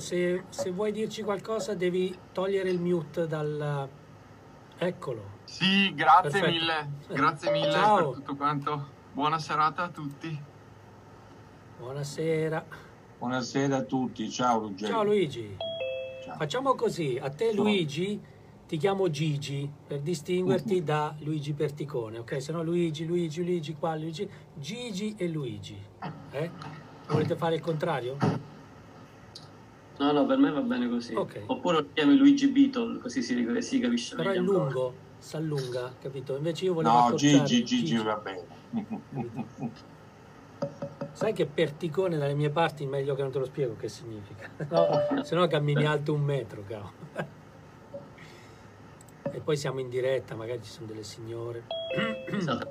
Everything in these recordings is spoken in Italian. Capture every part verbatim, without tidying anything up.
se, se vuoi dirci qualcosa devi togliere il mute dal... Eccolo. Sì, grazie Perfetto. mille, grazie mille Ciao. per tutto quanto. Buona serata a tutti. Buonasera. Buonasera a tutti, ciao Ruggero. Ciao Luigi. Ciao. Facciamo così, a te Luigi ti chiamo Gigi per distinguerti Uh-huh. da Luigi Perticone, ok? Se no Luigi, Luigi, Luigi qua, Luigi, Gigi e Luigi. Eh? Volete fare il contrario? No, no, per me va bene così. Ok. Oppure lo chiami Luigi Beatle, così si, si capisce Però è meglio ancora. lungo, si allunga, capito? Invece io volevo No, accorciare. Gigi, Gigi va bene. Sai che Perticone dalle mie parti è meglio che non te lo spiego che significa. No, se no cammini alto un metro, cavolo. E poi siamo in diretta, magari ci sono delle signore. Esatto.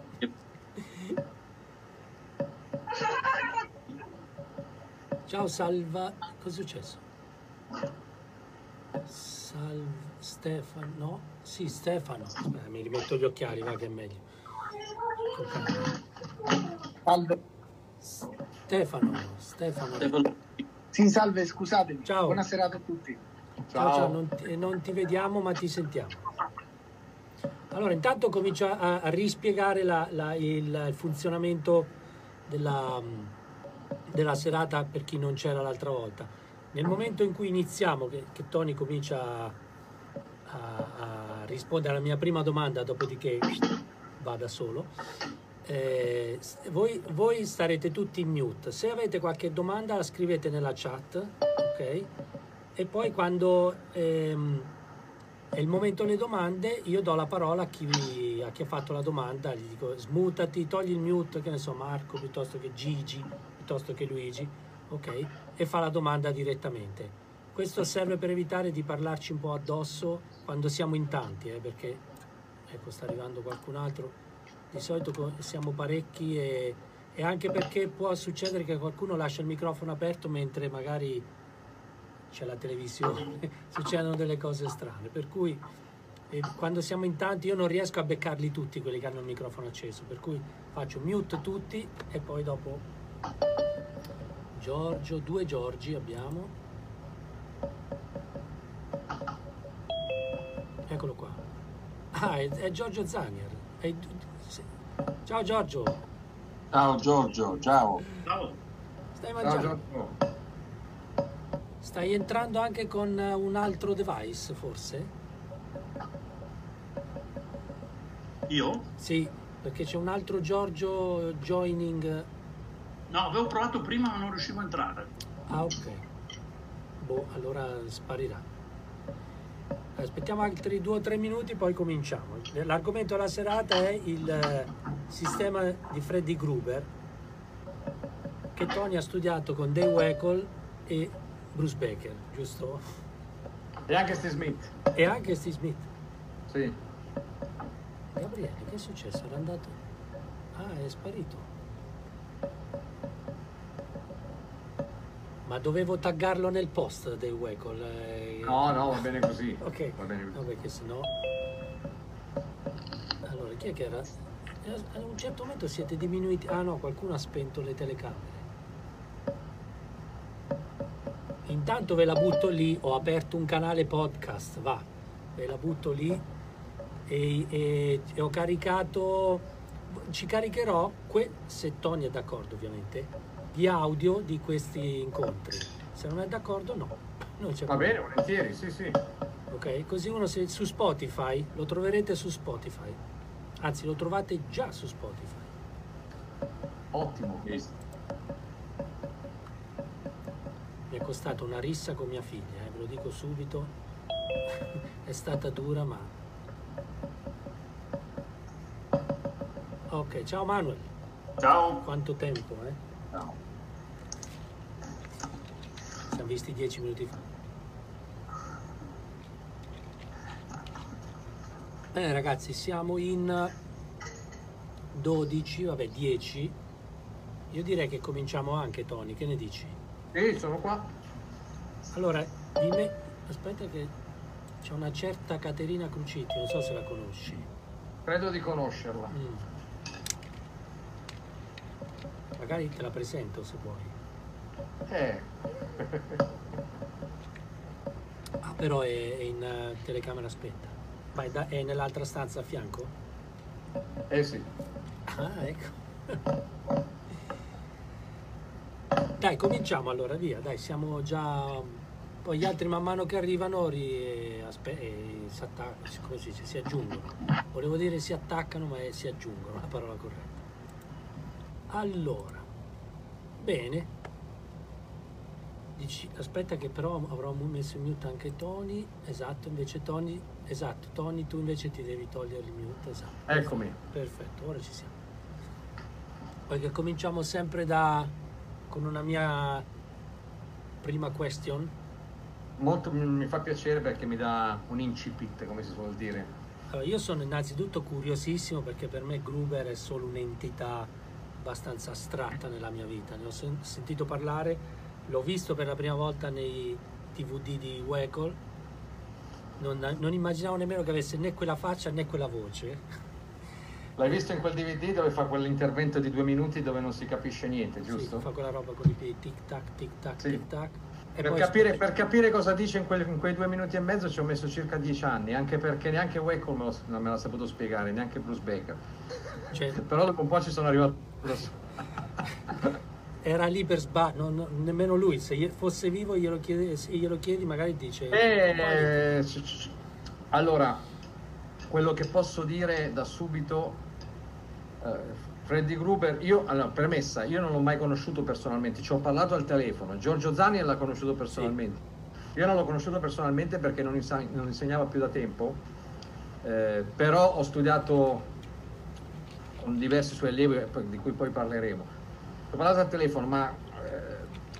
Ciao Salva, cosa è successo? Salv... Stefano? No? Sì, Stefano. Aspetta, mi rimetto gli occhiali, va che è meglio. Salve. Stefano, Stefano. Stefano. Sì, salve, scusatemi. Ciao. Buona serata a tutti. Ciao, ciao, non ti, non ti vediamo ma ti sentiamo. Allora, intanto comincio a, a rispiegare la, la, il, il funzionamento della, della serata per chi non c'era l'altra volta. Nel momento in cui iniziamo, che, che Tony comincia a, a, a rispondere alla mia prima domanda, dopodiché va da solo, eh, voi, voi starete tutti in mute. Se avete qualche domanda la scrivete nella chat, ok? E poi quando... Ehm, è il momento delle domande, io do la parola a chi, vi, a chi ha fatto la domanda, gli dico smutati, togli il mute, che ne so, Marco piuttosto che Gigi, piuttosto che Luigi, ok? E fa la domanda direttamente. Questo serve per evitare di parlarci un po' addosso quando siamo in tanti, eh, perché, ecco, sta arrivando qualcun altro, di solito siamo parecchi e, e anche perché può succedere che qualcuno lascia il microfono aperto mentre magari... c'è la televisione, succedono delle cose strane, per cui eh, quando siamo in tanti io non riesco a beccarli tutti quelli che hanno il microfono acceso, per cui faccio mute tutti e poi dopo Giorgio, due Giorgi abbiamo, eccolo qua, ah è, è Giorgio Zanier, è, ciao Giorgio. Ciao Giorgio, ciao. Ciao. Stai mangiando? Ciao, Stai entrando anche con un altro device, forse? Io? Sì, perché c'è un altro Giorgio joining. No, avevo provato prima ma non riuscivo a entrare. Ah, ok. Boh, allora sparirà. Aspettiamo altri due o tre minuti, poi cominciamo. L'argomento della serata è il sistema di Freddy Krueger, che Tony ha studiato con Dave Weckl e Bruce Baker, giusto? E anche Steve Smith. E anche Steve Smith. Sì. Gabriele, che è successo? Era andato... Ah, è sparito. Ma dovevo taggarlo nel post Dave Weckl. Eh... No, no, va bene così. Ok. Va bene così. No, perché sennò... Allora, chi è che era? A un certo momento siete diminuiti... Ah no, qualcuno ha spento le telecamere. Intanto ve la butto lì, ho aperto un canale podcast, va, ve la butto lì e, e, e ho caricato, ci caricherò, que, se Tony è d'accordo ovviamente, gli audio di questi incontri. Se non è d'accordo no. Non c'è Va bene, volentieri, sì sì. Ok, così uno se, su Spotify, lo troverete su Spotify, anzi lo trovate già su Spotify. Ottimo. Mi è costato una rissa con mia figlia, eh, ve lo dico subito, è stata dura ma... Ok, ciao Manuel. Ciao. Quanto tempo, eh? Ciao. Ci siamo visti dieci minuti fa. Bene ragazzi, siamo in dodici, vabbè dieci. Io direi che cominciamo anche, Tony, che ne dici? Sì, sono qua. Allora, di me... aspetta che c'è una certa Caterina Crucitti, non so se la conosci. Credo di conoscerla. Mm. Magari te la presento se vuoi. Eh. però è, è in uh, telecamera spenta. Ma è, da, è nell'altra stanza a fianco? Eh sì. Ah, ecco. Dai, cominciamo allora, via, dai, siamo già... Poi gli altri man mano che arrivano ri... aspe... eh, si attaccano, come si dice, si aggiungono. Volevo dire si attaccano, ma è si aggiungono, la parola corretta. Allora, bene. Dici, aspetta che però avrò messo in mute anche Tony, esatto, invece Tony, esatto, Tony tu invece ti devi togliere il mute, esatto. Eccomi. Perfetto, ora ci siamo. Poi che cominciamo sempre da, con una mia prima question. Molto mi fa piacere perché mi dà un incipit, come si suol dire. Allora, io sono innanzitutto curiosissimo perché per me Gruber è solo un'entità abbastanza astratta nella mia vita, ne ho sen- sentito parlare. L'ho visto per la prima volta nei D V D di Wacol, non, non immaginavo nemmeno che avesse né quella faccia né quella voce. L'hai visto in quel D V D dove fa quell'intervento di due minuti dove non si capisce niente, giusto? Sì, fa quella roba con i piedi tic tac, tic tac, Sì. tic tac. E Per poi capire, scopre- per capire cosa dice in, quel- in quei due minuti e mezzo ci ho messo circa dieci anni, anche perché neanche Wacol me lo- non me l'ha saputo spiegare, neanche Bruce Baker. cioè, Però dopo un po' ci sono arrivato da solo. era lì per sbaglio, non- non- nemmeno lui, se gli- fosse vivo glielo chiedi, se glielo chiedi magari dice... Eh, c- c- allora, quello che posso dire da subito, eh, Freddy Gruber, io, allora, premessa, io non l'ho mai conosciuto personalmente, ci ho parlato al telefono, Giorgio Zanni l'ha conosciuto personalmente, io non l'ho conosciuto personalmente perché non, insa- non insegnava più da tempo, eh, però ho studiato con diversi suoi allievi eh, di cui poi parleremo. Ho parlato al telefono, ma eh,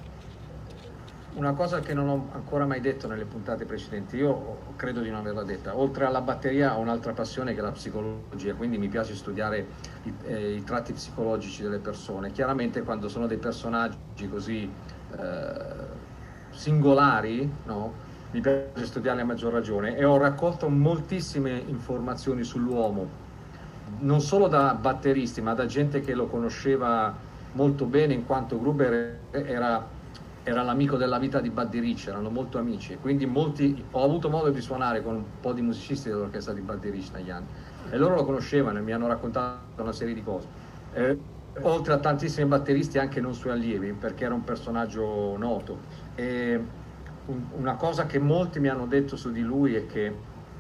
una cosa che non ho ancora mai detto nelle puntate precedenti, io credo di non averla detta, oltre alla batteria ho un'altra passione che è la psicologia, quindi mi piace studiare i, eh, i tratti psicologici delle persone. Chiaramente quando sono dei personaggi così eh, singolari, no? Mi piace studiarli a maggior ragione e ho raccolto moltissime informazioni sull'uomo, non solo da batteristi, ma da gente che lo conosceva molto bene, in quanto Gruber era, era l'amico della vita di Buddy Rich, erano molto amici, e quindi molti, ho avuto modo di suonare con un po' di musicisti dell'orchestra di Buddy Rich negli anni, e loro lo conoscevano e mi hanno raccontato una serie di cose. Eh, oltre a tantissimi batteristi, anche non suoi allievi, perché era un personaggio noto. E un, una cosa che molti mi hanno detto su di lui è che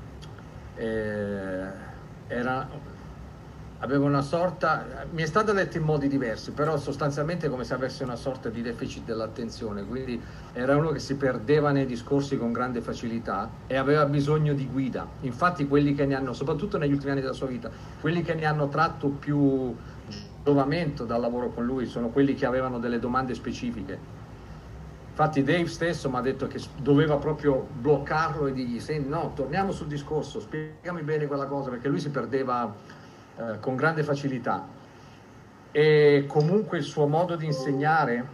eh, era... aveva una sorta, mi è stata detta in modi diversi, però sostanzialmente come se avesse una sorta di deficit dell'attenzione, quindi era uno che si perdeva nei discorsi con grande facilità e aveva bisogno di guida. Infatti quelli che ne hanno, soprattutto negli ultimi anni della sua vita, quelli che ne hanno tratto più giovamento dal lavoro con lui sono quelli che avevano delle domande specifiche. Infatti Dave stesso mi ha detto che doveva proprio bloccarlo e dirgli: senti, no, torniamo sul discorso, spiegami bene quella cosa, perché lui si perdeva Eh, con grande facilità. E comunque il suo modo di insegnare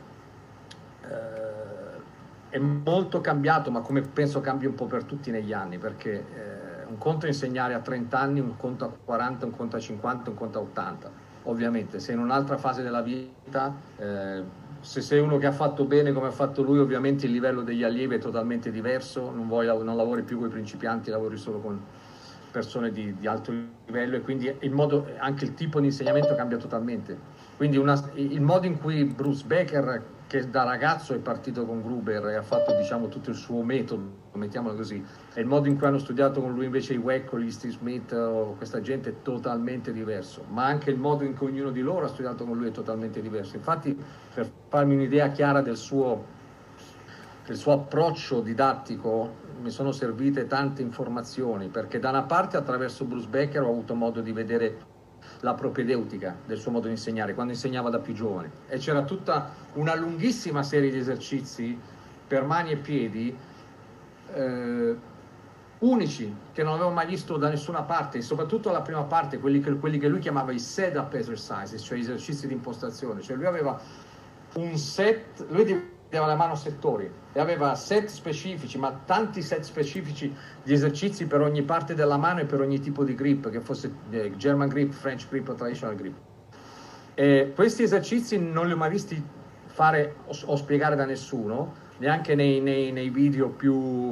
eh, è molto cambiato, ma come penso cambi un po' per tutti negli anni, perché eh, un conto è insegnare a trenta anni, un conto a quaranta, un conto a cinquanta, un conto a ottanta. Ovviamente se in un'altra fase della vita, eh, se sei uno che ha fatto bene come ha fatto lui, ovviamente il livello degli allievi è totalmente diverso, non, vuoi, non lavori più con i principianti, lavori solo con persone di, di alto livello, e quindi il modo, anche il tipo di insegnamento cambia totalmente. Quindi una, il modo in cui Bruce Baker, che da ragazzo è partito con Gruber e ha fatto, diciamo, tutto il suo metodo, mettiamolo così, e il modo in cui hanno studiato con lui invece i Wacol, gli Steve Smith o questa gente è totalmente diverso, ma anche il modo in cui ognuno di loro ha studiato con lui è totalmente diverso. Infatti, per farmi un'idea chiara del suo, del suo approccio didattico, mi sono servite tante informazioni, perché da una parte attraverso Bruce Baker ho avuto modo di vedere la propedeutica del suo modo di insegnare quando insegnava da più giovane, e c'era tutta una lunghissima serie di esercizi per mani e piedi eh, unici che non avevo mai visto da nessuna parte, e soprattutto la prima parte, quelli che, quelli che lui chiamava i setup exercises, cioè esercizi di impostazione. Cioè lui aveva un set, lui divideva la mano a settori e aveva set specifici, ma tanti set specifici di esercizi per ogni parte della mano e per ogni tipo di grip, che fosse eh, German grip, French grip o traditional grip. E questi esercizi non li ho mai visti fare o, o spiegare da nessuno, neanche nei, nei, nei video più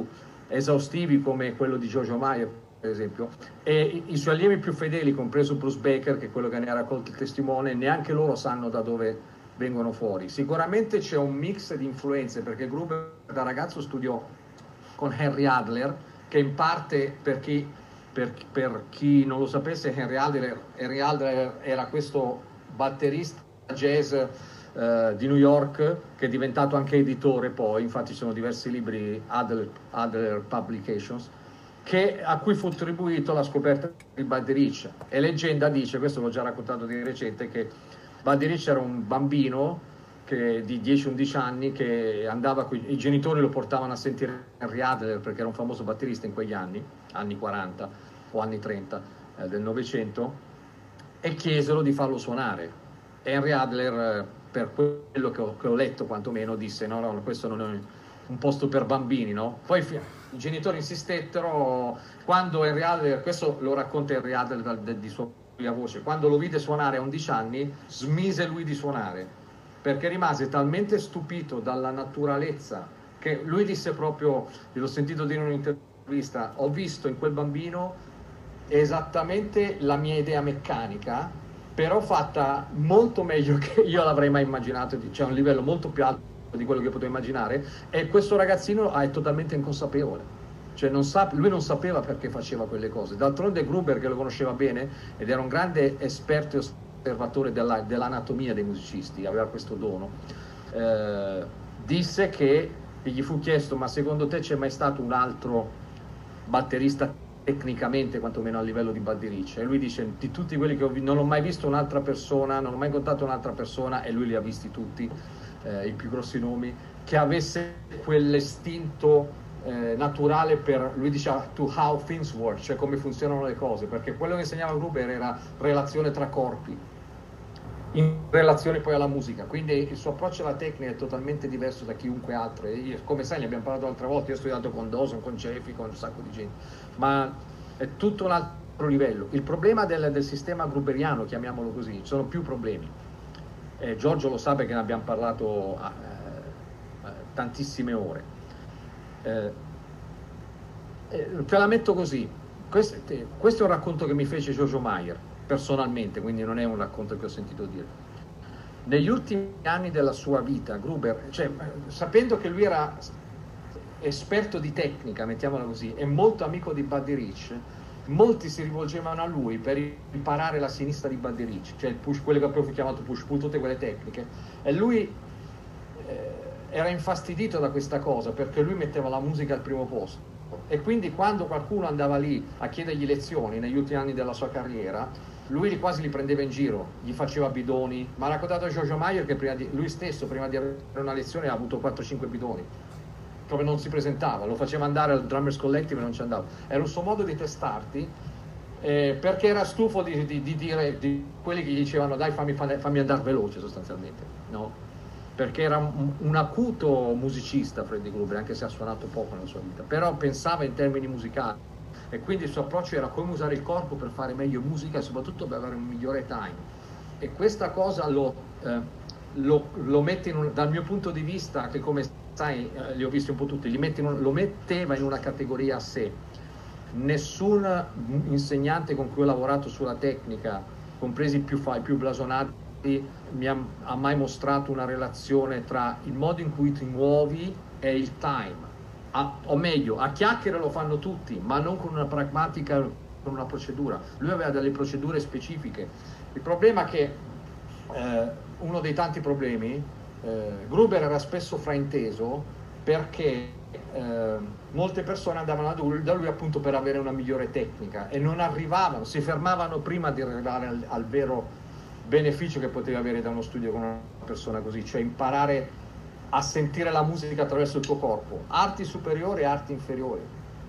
esaustivi come quello di Jojo Mayer, per esempio, e i, i suoi allievi più fedeli, compreso Bruce Baker, che è quello che ne ha raccolto il testimone, neanche loro sanno da dove vengono fuori. Sicuramente c'è un mix di influenze, perché Gruber da ragazzo studiò con Henry Adler, che in parte, per chi, per, per chi non lo sapesse, Henry Adler, Henry Adler era questo batterista jazz eh, di New York, che è diventato anche editore poi, infatti ci sono diversi libri, Adler, Adler Publications, che, a cui fu attribuito la scoperta di Buddy Rich. E leggenda dice, questo l'ho già raccontato di recente, che Buddy Rich era un bambino che, di dieci undici anni, che andava, i genitori lo portavano a sentire Henry Adler, perché era un famoso batterista in quegli anni, anni quaranta o anni trenta eh, del Novecento, e chiesero di farlo suonare. Henry Adler, per quello che ho, che ho letto quantomeno, disse no, no, questo non è un posto per bambini, no? Poi i genitori insistettero, quando Henry Adler, questo lo racconta Henry Adler di sua voce, quando lo vide suonare a undici anni, smise lui di suonare, perché rimase talmente stupito dalla naturalezza, che lui disse proprio, l'ho sentito dire in un'intervista, ho visto in quel bambino esattamente la mia idea meccanica, però fatta molto meglio che io l'avrei mai immaginato, cioè a un livello molto più alto di quello che potevo immaginare, e questo ragazzino è totalmente inconsapevole, cioè non sa, lui non sapeva perché faceva quelle cose. D'altronde Gruber, che lo conosceva bene ed era un grande esperto e osservatore della, dell'anatomia dei musicisti, aveva questo dono, eh, disse che gli fu chiesto, ma secondo te c'è mai stato un altro batterista tecnicamente, quantomeno a livello di Buddy Rich? E lui dice, di tutti quelli che ho visto, non ho mai visto un'altra persona, non ho mai incontrato un'altra persona, e lui li ha visti tutti, eh, i più grossi nomi, che avesse quell'istinto eh, naturale per, lui diceva, to how things work, cioè come funzionano le cose, perché quello che insegnava Gruber era relazione tra corpi, in relazione poi alla musica, quindi il suo approccio alla tecnica è totalmente diverso da chiunque altro. E io, come sai, ne abbiamo parlato l'altra volta, io ho studiato con Dawson, con Jeffy, con un sacco di gente, ma è tutto un altro livello. Il problema del, del sistema gruberiano, chiamiamolo così, ci sono più problemi. Eh, Giorgio lo sa perché ne abbiamo parlato a, a, a tantissime ore. Eh, eh, te la metto così, questo, te, questo è un racconto che mi fece Jojo Mayer personalmente, quindi non è un racconto che ho sentito dire. Negli ultimi anni della sua vita, Gruber, cioè, sapendo che lui era esperto di tecnica, mettiamola così, e molto amico di Buddy Rich, molti si rivolgevano a lui per imparare la sinistra di Buddy Rich, cioè il push, quello che avevo chiamato push pull, tutte quelle tecniche, e lui eh, era infastidito da questa cosa, perché lui metteva la musica al primo posto, e quindi quando qualcuno andava lì a chiedergli lezioni negli ultimi anni della sua carriera, lui quasi li prendeva in giro, gli faceva bidoni. Ma ha raccontato a Jojo Mayer che prima di, lui stesso, prima di avere una lezione, ha avuto quattro cinque bidoni, proprio non si presentava, lo faceva andare al Drummers Collective e non ci andava. Era un suo modo di testarti, eh, perché era stufo di, di, di dire di quelli che gli dicevano dai fammi, fammi andare veloce, sostanzialmente, no? Perché era un, un acuto musicista Freddie Gruber, anche se ha suonato poco nella sua vita, però pensava in termini musicali, e quindi il suo approccio era come usare il corpo per fare meglio musica e soprattutto per avere un migliore time. E questa cosa lo, eh, lo, lo mette in un, dal mio punto di vista, che come sai eh, li ho visti un po' tutti, li mette in un, lo metteva in una categoria a sé. Nessun insegnante con cui ho lavorato sulla tecnica, compresi i più, i più blasonati, mi ha, ha mai mostrato una relazione tra il modo in cui ti muovi e il time. A, o meglio, a chiacchiere lo fanno tutti, ma non con una pragmatica, con una procedura. Lui aveva delle procedure specifiche. Il problema è che eh, uno dei tanti problemi, eh, Gruber era spesso frainteso, perché eh, molte persone andavano da lui appunto per avere una migliore tecnica e non arrivavano, si fermavano prima di arrivare al, al vero beneficio che potevi avere da uno studio con una persona così, cioè imparare a sentire la musica attraverso il tuo corpo, arti superiori e arti inferiori.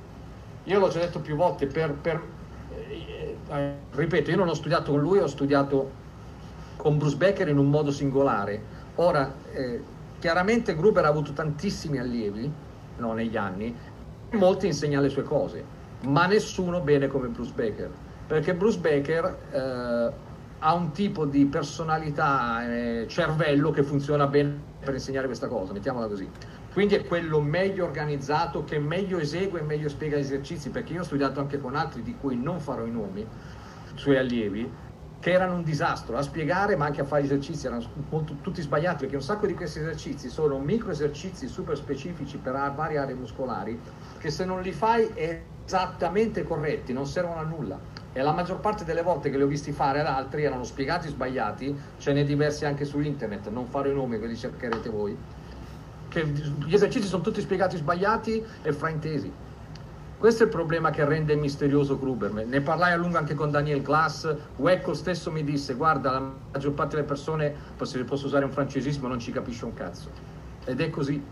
Io l'ho già detto più volte, per, per eh, eh, ripeto, io non ho studiato con lui, ho studiato con Bruce Baker in un modo singolare. Ora, eh, chiaramente Gruber ha avuto tantissimi allievi, no, negli anni, e molti insegna le sue cose, ma nessuno bene come Bruce Baker, perché Bruce Baker eh, ha un tipo di personalità, eh, cervello che funziona bene per insegnare questa cosa, mettiamola così. quindi è quello meglio organizzato, che meglio esegue e meglio spiega gli esercizi, perché io ho studiato anche con altri di cui non farò i nomi, suoi allievi, che erano un disastro a spiegare, ma anche a fare gli esercizi erano molto, tutti sbagliati, perché un sacco di questi esercizi sono micro esercizi super specifici per varie aree muscolari, che se non li fai esattamente corretti non servono a nulla, e la maggior parte delle volte che li ho visti fare ad altri erano spiegati sbagliati. Ce n'è diversi anche su internet, non farò i nomi, ve li cercherete voi, che gli esercizi sono tutti spiegati sbagliati e fraintesi. Questo è il problema che rende misterioso Gruber. Ne parlai a lungo anche con Daniel Glass. Wecco stesso mi disse: guarda, la maggior parte delle persone, se posso usare un francesismo, non ci capisce un cazzo, ed è così.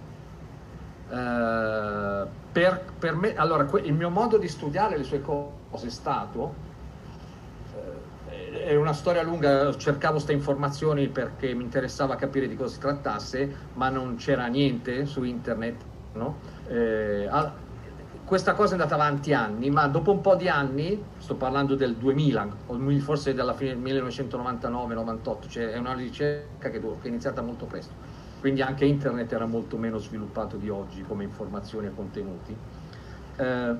Uh, per, per me, allora, il mio modo di studiare le sue cose è stato, è una storia lunga, cercavo queste informazioni perché mi interessava capire di cosa si trattasse, ma non c'era niente su internet, no? Eh, al, questa cosa è andata avanti anni, ma dopo un po' di anni, sto parlando del duemila, o forse dalla fine del millenovecentonovantanove novantotto, cioè è una ricerca che, che è iniziata molto presto, quindi anche internet era molto meno sviluppato di oggi come informazioni e contenuti. Eh,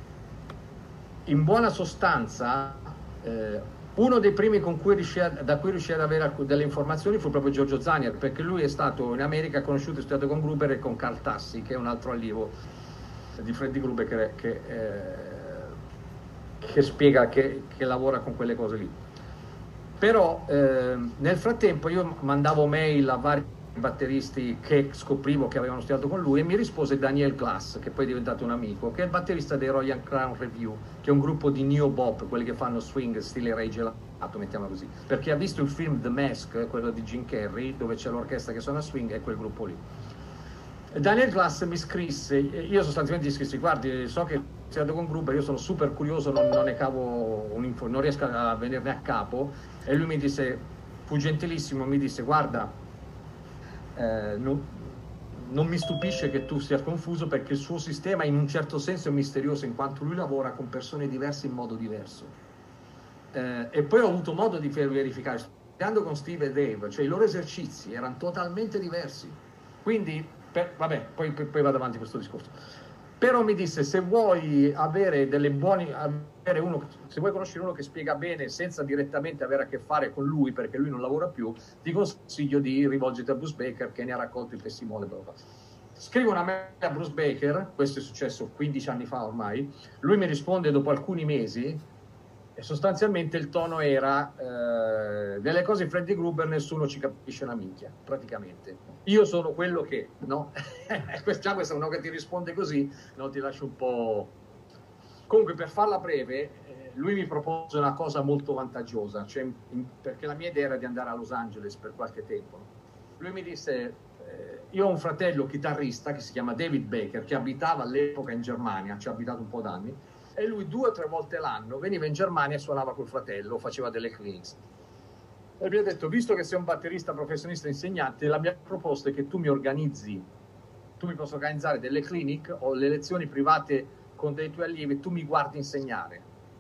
in buona sostanza, eh, uno dei primi con cui riuscì a, da cui riuscì ad avere delle informazioni fu proprio Giorgio Zanier, perché lui è stato in America conosciuto e studiato con Gruber e con Carl Tassi, che è un altro allievo di Freddy Gruber che, che, eh, che spiega, che, che lavora con quelle cose lì. Però eh, nel frattempo io mandavo mail a vari batteristi che scoprivo che avevano studiato con lui, e mi rispose Daniel Glass, che poi è diventato un amico, che è il batterista dei Royal Crown Review, che è un gruppo di neo bop, quelli che fanno swing stile Ray Gelato, mettiamo così, perché ha visto il film The Mask, quello di Jim Carrey, dove c'è l'orchestra che suona swing, e quel gruppo lì. Daniel Glass mi scrisse, io sostanzialmente gli scrissi: guardi, so che ho studiato con Gruber, io sono super curioso, non, non ne cavo un'info, non riesco a venirne a capo, e lui mi disse, fu gentilissimo, mi disse: guarda, Eh, non, non mi stupisce che tu sia confuso, perché il suo sistema in un certo senso è misterioso, in quanto lui lavora con persone diverse in modo diverso. Eh, e poi ho avuto modo di verificare, studiando con Steve e Dave, cioè i loro esercizi erano totalmente diversi. Quindi, per, vabbè, poi, poi vado avanti questo discorso. Però mi disse: se vuoi avere delle buone, avere uno, se vuoi conoscere uno che spiega bene senza direttamente avere a che fare con lui, perché lui non lavora più, ti consiglio di rivolgerti a Bruce Baker, che ne ha raccolto il testimone. Scrivo una mail a Bruce Baker, questo è successo quindici anni fa ormai, lui mi risponde dopo alcuni mesi, e sostanzialmente il tono era eh, delle cose in Freddy Gruber nessuno ci capisce una minchia, praticamente. Io sono quello che, no? Già questa è uno che ti risponde così, no, ti lascio un po'. Comunque, per farla breve, eh, lui mi propose una cosa molto vantaggiosa, cioè, in, perché la mia idea era di andare a Los Angeles per qualche tempo, no? Lui mi disse: eh, io ho un fratello chitarrista che si chiama David Baker, che abitava all'epoca in Germania, ci ha abitato un po' d'anni, e lui due o tre volte l'anno veniva in Germania e suonava col fratello, faceva delle clinics. E mi ha detto: visto che sei un batterista professionista insegnante, la mia proposta è che tu mi organizzi, tu mi possa organizzare delle clinic o le lezioni private con dei tuoi allievi, tu mi guardi insegnare.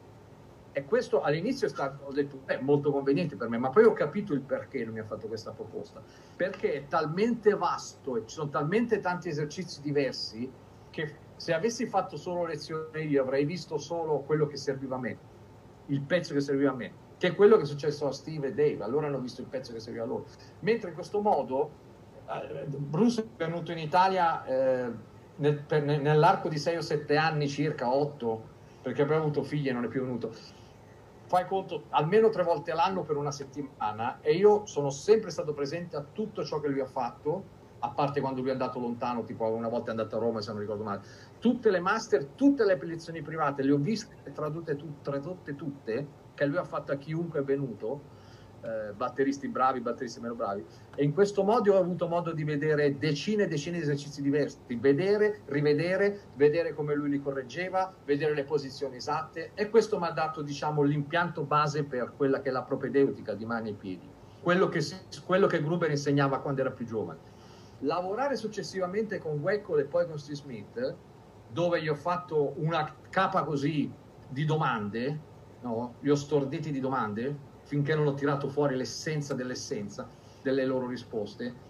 E questo all'inizio è stato, ho detto, è molto conveniente per me, ma poi ho capito il perché lui mi ha fatto questa proposta, perché è talmente vasto e ci sono talmente tanti esercizi diversi che se avessi fatto solo lezioni io avrei visto solo quello che serviva a me, il pezzo che serviva a me, che è quello che è successo a Steve e Dave. Allora hanno visto il pezzo che serviva a loro, mentre in questo modo eh, Bruce è venuto in Italia eh, nel, per, nell'arco di sei o sette anni, circa otto, perché aveva avuto figli e non è più venuto. Fai conto, almeno tre volte l'anno per una settimana, e io sono sempre stato presente a tutto ciò che lui ha fatto, a parte quando lui è andato lontano, tipo una volta è andato a Roma, se non ricordo male. Tutte le master, tutte le lezioni private le ho viste tradotte, tu, tradotte tutte, che lui ha fatto a chiunque è venuto, eh, batteristi bravi, batteristi meno bravi, e in questo modo ho avuto modo di vedere decine e decine di esercizi diversi, vedere, rivedere, vedere come lui li correggeva, vedere le posizioni esatte, e questo mi ha dato, diciamo, l'impianto base per quella che è la propedeutica di mani e piedi, quello che, quello che Gruber insegnava quando era più giovane. Lavorare successivamente con Weckel e poi con Steve Smith, dove gli ho fatto una capa così di domande, no? Li ho storditi di domande finché non ho tirato fuori l'essenza dell'essenza delle loro risposte,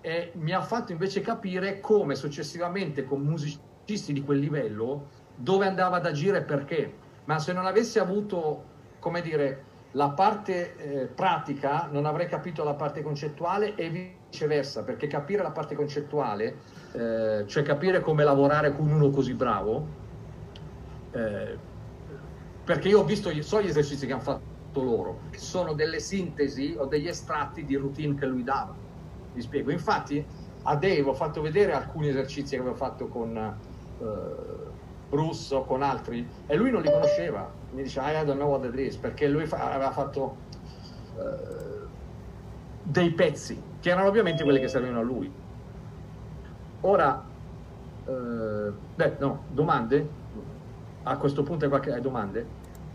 e mi ha fatto invece capire come successivamente con musicisti di quel livello dove andava ad agire e perché. Ma se non avessi avuto, come dire, la parte eh, pratica, non avrei capito la parte concettuale e viceversa, perché capire la parte concettuale, eh, cioè capire come lavorare con uno così bravo, eh, perché io ho visto, so gli esercizi che hanno fatto loro, sono delle sintesi o degli estratti di routine che lui dava. Vi spiego. Infatti a Dave ho fatto vedere alcuni esercizi che avevo fatto con eh, Bruce o con altri e lui non li conosceva, mi dice I don't know what that is, perché lui fa, aveva fatto uh, dei pezzi che erano ovviamente quelli che servivano a lui. Ora uh, beh no, domande? A questo punto hai, qualche, hai domande?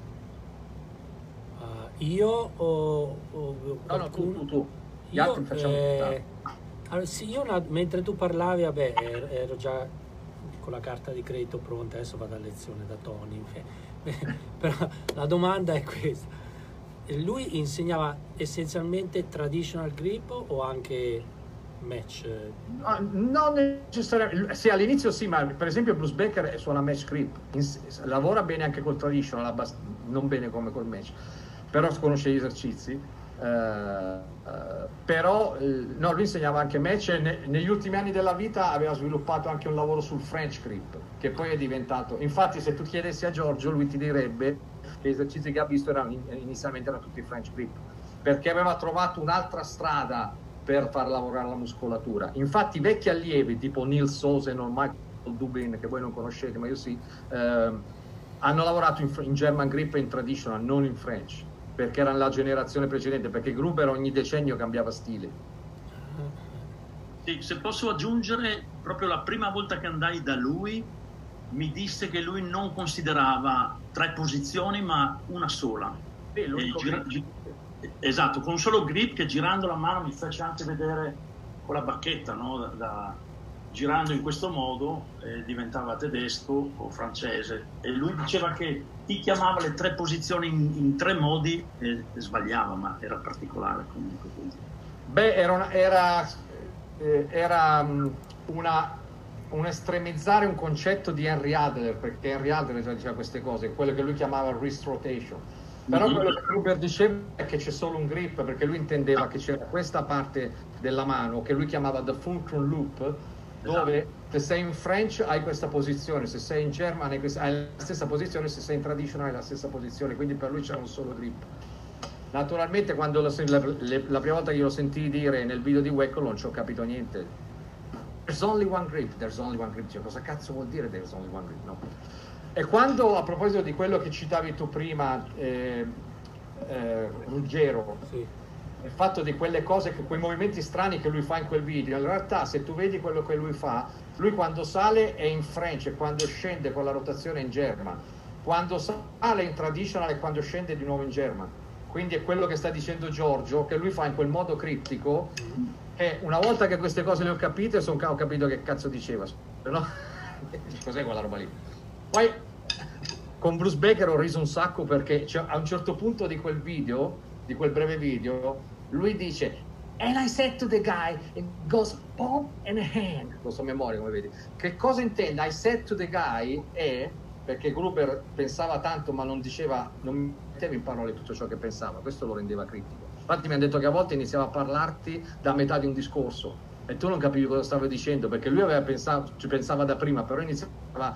Uh, io o, o no no tu, tu, tu. Gli io, altri facciamo eh, allora, sì, io una, mentre tu parlavi vabbè ero, ero già con la carta di credito pronta, adesso vado a lezione da Tony. Però la domanda è questa: lui insegnava essenzialmente traditional grip o anche match? No, non necessariamente, sì, all'inizio sì, ma per esempio Bruce Becker suona match grip, lavora bene anche col traditional, non bene come col match, però conosce gli esercizi. Uh, uh, però uh, no, lui insegnava anche match e ne, negli ultimi anni della vita aveva sviluppato anche un lavoro sul French grip, che poi è diventato, infatti se tu chiedessi a Giorgio lui ti direbbe che gli esercizi che ha visto erano, inizialmente erano tutti French grip, perché aveva trovato un'altra strada per far lavorare la muscolatura. Infatti vecchi allievi tipo Neil Sosen o Michael Dubin, che voi non conoscete ma io sì, uh, hanno lavorato in, in German grip e in traditional, non in French, perché era la generazione precedente, perché Gruber ogni decennio cambiava stile. Sì, se posso aggiungere, proprio la prima volta che andai da lui mi disse che lui non considerava tre posizioni ma una sola. Sì, e gira, gi, esatto, con un solo grip, che girando la mano mi fece anche vedere con la bacchetta, no? da, da, girando in questo modo eh, diventava tedesco o francese, e lui diceva che chi chiamava le tre posizioni in, in tre modi eh, sbagliava, ma era particolare comunque. Beh, era, una, era, eh, era una, un estremizzare un concetto di Henry Adler, perché Henry Adler già diceva queste cose, quello che lui chiamava wrist rotation. Però mm-hmm. quello che Gruber diceva è che c'è solo un grip, perché lui intendeva che c'era questa parte della mano che lui chiamava the fulcrum loop, dove se sei in French hai questa posizione, se sei in German hai, questa, hai la stessa posizione, se sei in traditional hai la stessa posizione, quindi per lui c'era un solo grip. Naturalmente quando lo, la, la prima volta che io lo sentii dire nel video di Wecco non ci ho capito niente. There's only one grip, there's only one grip, cioè, cosa cazzo vuol dire there's only one grip? No. E quando, a proposito di quello che citavi tu prima, eh, eh, Ruggero, sì. Il fatto di quelle cose, che quei movimenti strani che lui fa in quel video, in realtà se tu vedi quello che lui fa, lui quando sale è in French e quando scende con la rotazione è in German, quando sale in traditional e quando scende di nuovo in German. Quindi è quello che sta dicendo Giorgio, che lui fa in quel modo criptico, che una volta che queste cose le ho capite son, ho capito che cazzo diceva, no? Cos'è quella roba lì? Poi con Bruce Becker ho riso un sacco, perché cioè, a un certo punto di quel video, di quel breve video, lui dice and I said to the guy, it goes palm and hand, lo so a memoria come vedi. Che cosa intende I said to the guy? È perché Gruber pensava tanto ma non diceva, non metteva in parole tutto ciò che pensava, questo lo rendeva critico. Infatti mi hanno detto che a volte iniziava a parlarti da metà di un discorso e tu non capivi cosa stava dicendo, perché lui aveva pensato, ci pensava da prima, però iniziava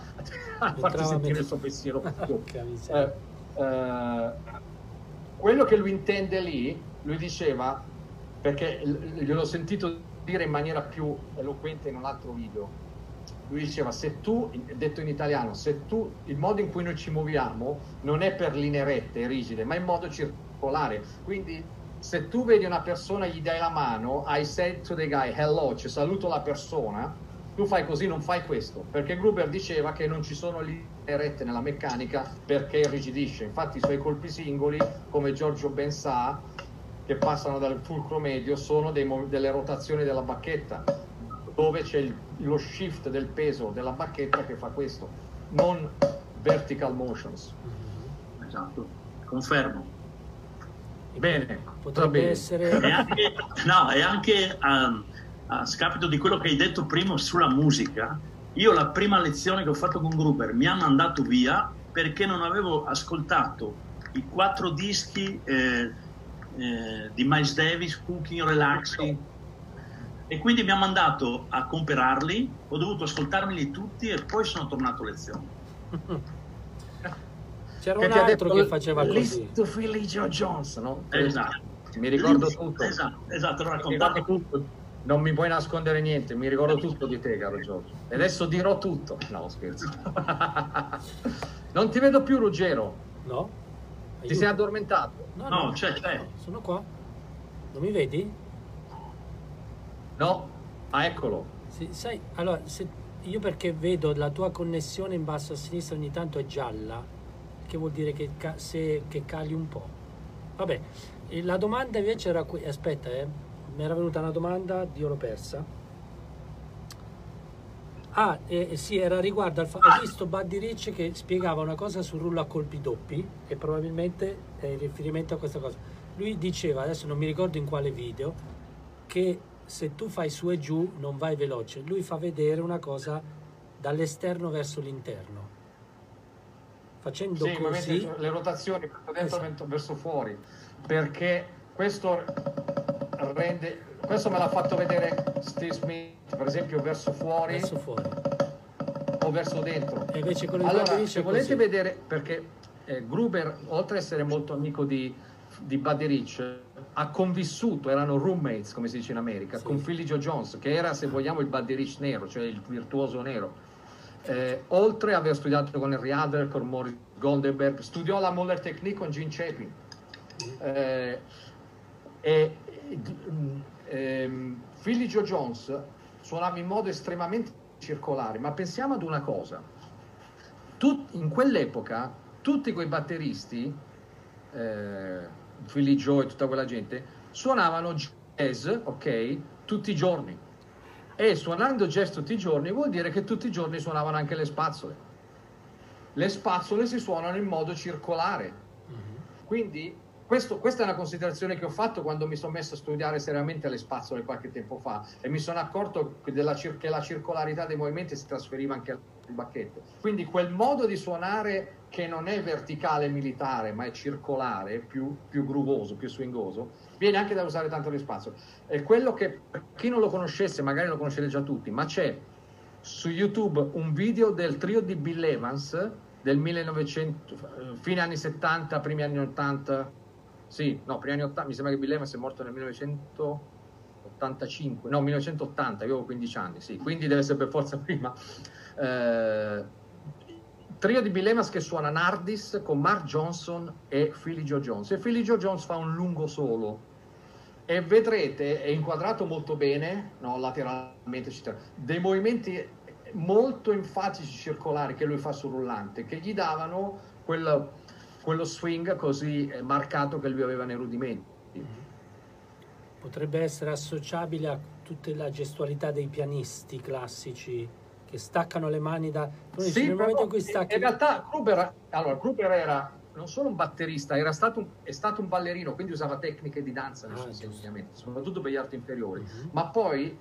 a farti sentire il suo pensiero. eh, eh, quello che lui intende lì, lui diceva, perché gliel'ho sentito dire in maniera più eloquente in un altro video, lui diceva, se tu, detto in italiano, se tu, il modo in cui noi ci muoviamo non è per linee rette e rigide, ma in modo circolare, quindi se tu vedi una persona e gli dai la mano, I said to the guy, hello, ci saluto la persona, tu fai così, non fai questo, perché Gruber diceva che non ci sono linee rette nella meccanica perché irrigidisce. Infatti i suoi colpi singoli, come Giorgio ben sa, che passano dal fulcro medio, sono dei, delle rotazioni della bacchetta, dove c'è il, lo shift del peso della bacchetta che fa questo, non vertical motions. Esatto, confermo. Bene, potrebbe bene. essere e anche, no, e anche um, a scapito di quello che hai detto prima sulla musica, io la prima lezione che ho fatto con Gruber mi ha mandato via perché non avevo ascoltato i quattro dischi eh, eh, di Miles Davis, Cooking, Relaxing, e quindi mi ha mandato a comprarli, ho dovuto ascoltarmeli tutti e poi sono tornato a lezione. C'era Che un ti ha altro detto che faceva così. Listen to Philly Joe Jones, no? Esatto. Mi ricordo Lì- tutto. Esatto, esatto, l'ho Mi raccontato. ricordo tutto. Non mi puoi nascondere niente, mi ricordo tutto di te, caro Giorgio. E adesso dirò tutto. No, scherzo. Non ti vedo più, Ruggero. No? Ti Aiuto. sei addormentato? No, No, no, c'è, c'è. no, sono qua. Non mi vedi? No? Ah, eccolo. Sì, sai, allora, se, io perché vedo la tua connessione in basso a sinistra ogni tanto è gialla, che vuol dire che, ca- se, che cali un po'. Vabbè, e la domanda invece era qui, aspetta, eh, mi era venuta una domanda, Dio l'ho persa. Ah, eh, sì, era riguardo al fatto, ho visto Buddy Rich che spiegava una cosa sul rullo a colpi doppi e probabilmente è in riferimento a questa cosa. Lui diceva, adesso non mi ricordo in quale video, che se tu fai su e giù non vai veloce. Lui fa vedere una cosa dall'esterno verso l'interno. Facendo Sì, ma così... mentre le rotazioni dentro Esatto. verso fuori, perché questo rende, questo me l'ha fatto vedere Steve Smith, per esempio verso fuori verso fuori. o verso dentro. E invece quello di Buddy Allora, Rich se è volete così. vedere, perché eh, Gruber, oltre ad essere molto amico di, di Buddy Rich, ha convissuto, erano roommates, come si dice in America, Sì. con Philly Joe Jones, che era, se vogliamo, il Buddy Rich nero, cioè il virtuoso nero. Eh, oltre ad aver studiato con Henry Adler, con Morris Goldenberg, studiò la Moller Technique con Gene Chapin. Eh, e ehm, Philly Joe Jones suonava in modo estremamente circolare, ma pensiamo ad una cosa: Tut, in quell'epoca tutti quei batteristi, eh, Philly Joe e tutta quella gente, suonavano jazz, ok, tutti i giorni. E suonando jazz tutti i giorni vuol dire che tutti i giorni suonavano anche le spazzole. Le spazzole si suonano in modo circolare. Quindi questo, questa è una considerazione che ho fatto quando mi sono messo a studiare seriamente le spazzole qualche tempo fa, e mi sono accorto che, della, che la circolarità dei movimenti si trasferiva anche al bacchetto. Quindi quel modo di suonare che non è verticale militare ma è circolare, più, più groovoso, più swingoso, viene anche da usare tanto le spazzole. E quello che, per chi non lo conoscesse, magari lo conoscete già tutti, ma c'è su YouTube un video del trio di Bill Evans del millenovecento, fine anni settanta, primi anni ottanta, sì, no, primi anni ottanta, mi sembra che Bill Evans è morto nel millenovecentottantacinque, no, millenovecentottanta, io avevo quindici anni, sì, quindi deve essere per forza prima. Eh, trio di Bill Evans che suona Nardis con Mark Johnson e Philly Joe Jones, e Philly Joe Jones fa un lungo solo, e vedrete, è inquadrato molto bene, no, lateralmente, eccetera, dei movimenti molto enfatici circolari che lui fa sul rullante, che gli davano quel, quello swing così marcato che lui aveva nei rudimenti. Potrebbe essere associabile a tutta la gestualità dei pianisti classici che staccano le mani da... Sì, nel però, momento in cui stacchi... in realtà Gruber, allora, Gruber era non solo un batterista, era stato un, è stato un ballerino, quindi usava tecniche di danza nei Ah, suoi giusto. insegnamenti, soprattutto per gli arti inferiori, Mhm. ma poi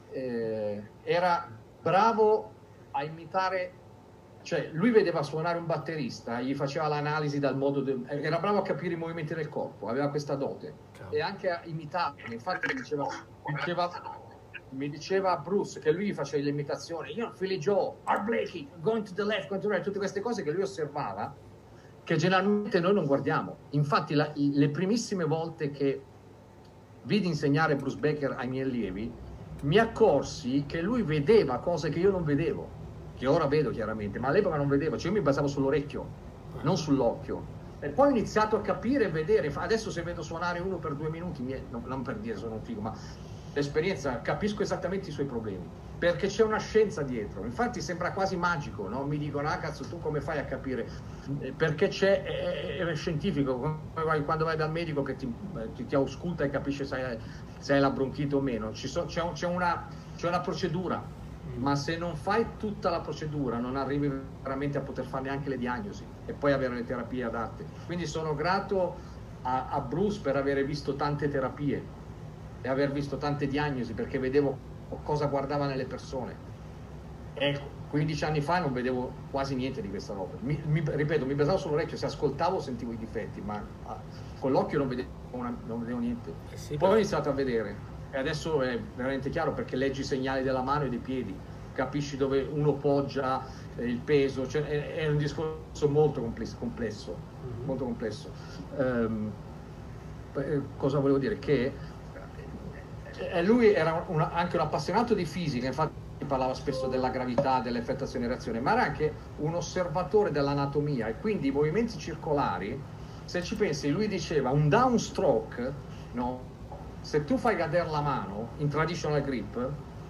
eh, era bravo a imitare, cioè lui vedeva suonare un batterista, gli faceva l'analisi dal modo, de, era bravo a capire i movimenti del corpo, aveva questa dote, Cavolo. e anche a imitarli. Infatti mi diceva, mi diceva, mi diceva Bruce che lui faceva le imitazioni, io Philly Joe, Art Blakey, going to the left, going to the right, tutte queste cose che lui osservava, che generalmente noi non guardiamo. Infatti la, le primissime volte che vidi insegnare Bruce Becker ai miei allievi, mi accorsi che lui vedeva cose che io non vedevo, che ora vedo chiaramente, ma all'epoca non vedevo, cioè io mi basavo sull'orecchio, non sull'occhio. E poi ho iniziato a capire e vedere. Adesso se vedo suonare uno per due minuti, mi è, no, non per dire sono un figo, ma l'esperienza, capisco esattamente i suoi problemi, perché c'è una scienza dietro. Infatti sembra quasi magico, no? Mi dicono, ah cazzo, tu come fai a capire? Eh, perché c'è, è, è scientifico, come vai, quando vai dal medico che ti, ti, ti ausculta e capisce se hai, se hai la bronchite o meno. Ci so, c'è, un, c'è, una, c'è una procedura, ma se non fai tutta la procedura non arrivi veramente a poter fare neanche le diagnosi e poi avere le terapie adatte. Quindi sono grato a, a Bruce per aver visto tante terapie e aver visto tante diagnosi, perché vedevo cosa guardava nelle persone. E quindici anni fa non vedevo quasi niente di questa roba. Mi, mi, ripeto, mi basavo sull'orecchio, se ascoltavo sentivo i difetti, ma ah, con l'occhio non vedevo, una, non vedevo niente. Eh sì, Poi ho iniziato a vedere e adesso è veramente chiaro, perché leggi i segnali della mano e dei piedi, capisci dove uno poggia, eh, il peso, cioè è, è un discorso molto complesso, complesso mm-hmm. molto complesso. Um, cosa volevo dire? Che eh, lui era una, anche un appassionato di fisica, infatti parlava spesso della gravità, dell'effetto azione-reazione, ma era anche un osservatore dell'anatomia, e quindi i movimenti circolari, se ci pensi, lui diceva un downstroke, no? Se tu fai cadere la mano in traditional grip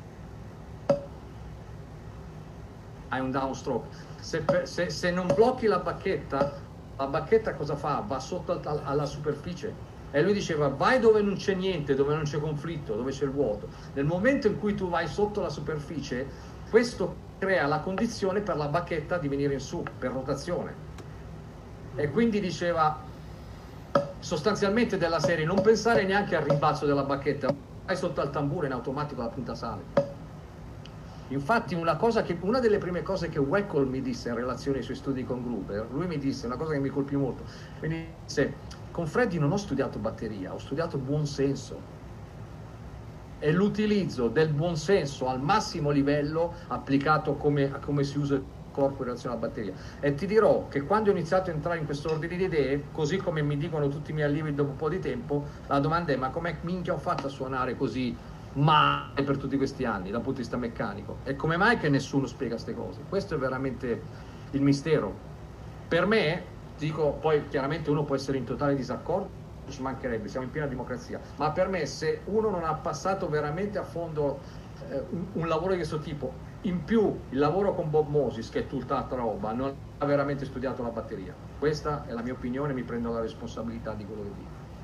hai un downstroke, se, se, se non blocchi la bacchetta, la bacchetta cosa fa? Va sotto al, alla superficie. E lui diceva vai dove non c'è niente, dove non c'è conflitto, dove c'è il vuoto. Nel momento in cui tu vai sotto la superficie, questo crea la condizione per la bacchetta di venire in su, per rotazione. E quindi diceva sostanzialmente della serie non pensare neanche al rimbalzo della bacchetta, vai sotto al tamburo, in automatico la punta sale. Infatti una, cosa che, una delle prime cose che Wackel mi disse in relazione ai suoi studi con Gruber, lui mi disse una cosa che mi colpì molto, mi disse con Freddy non ho studiato batteria, ho studiato buonsenso, e l'utilizzo del buonsenso al massimo livello applicato come, a come si usa il corpo in relazione alla batteria. E ti dirò che quando ho iniziato a entrare in questo ordine di idee, così come mi dicono tutti i miei allievi dopo un po' di tempo, la domanda è ma com'è minchia ho fatto a suonare così male per tutti questi anni dal punto di vista meccanico, e come mai che nessuno spiega queste cose? Questo è veramente il mistero per me. Dico, poi chiaramente uno può essere in totale disaccordo, ci mancherebbe, siamo in piena democrazia, ma per me se uno non ha passato veramente a fondo eh, un, un lavoro di questo tipo, in più il lavoro con Bob Moses, che è tutta altra roba, non ha veramente studiato la batteria. Questa è la mia opinione, mi prendo la responsabilità di quello che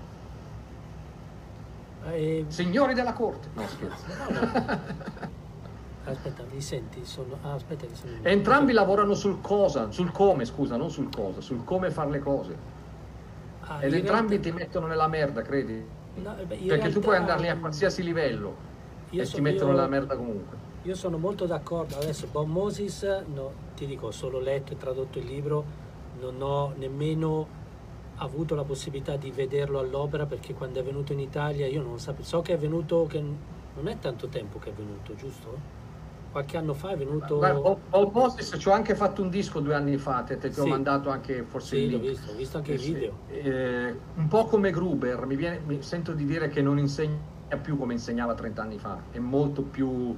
dico. Eh, Signori della corte, no scherzo. Aspetta, mi senti? Sono... Ah, aspetta che sono... Entrambi lavorano sul cosa, sul come, scusa, non sul cosa, sul come fare le cose. Ah, Ed entrambi realtà... ti mettono nella merda, credi? No, beh, Perché realtà... tu puoi andare lì a qualsiasi livello io e so, ti mettono io... nella merda comunque. Io sono molto d'accordo. Adesso Bob Moses, no, ti dico, ho solo letto e tradotto il libro, non ho nemmeno avuto la possibilità di vederlo all'opera, perché quando è venuto in Italia io non sapevo, so che è venuto, che non è tanto tempo che è venuto, giusto? Qualche anno fa è venuto... Bob Moses, ci ho anche fatto un disco due anni fa, te, te ti ho sì. mandato anche forse sì, il l'ho link. visto, ho visto anche eh, i video. Sì. Eh, un po' come Gruber, mi, viene, mi sento di dire che non insegna più come insegnava trent'anni fa, è molto più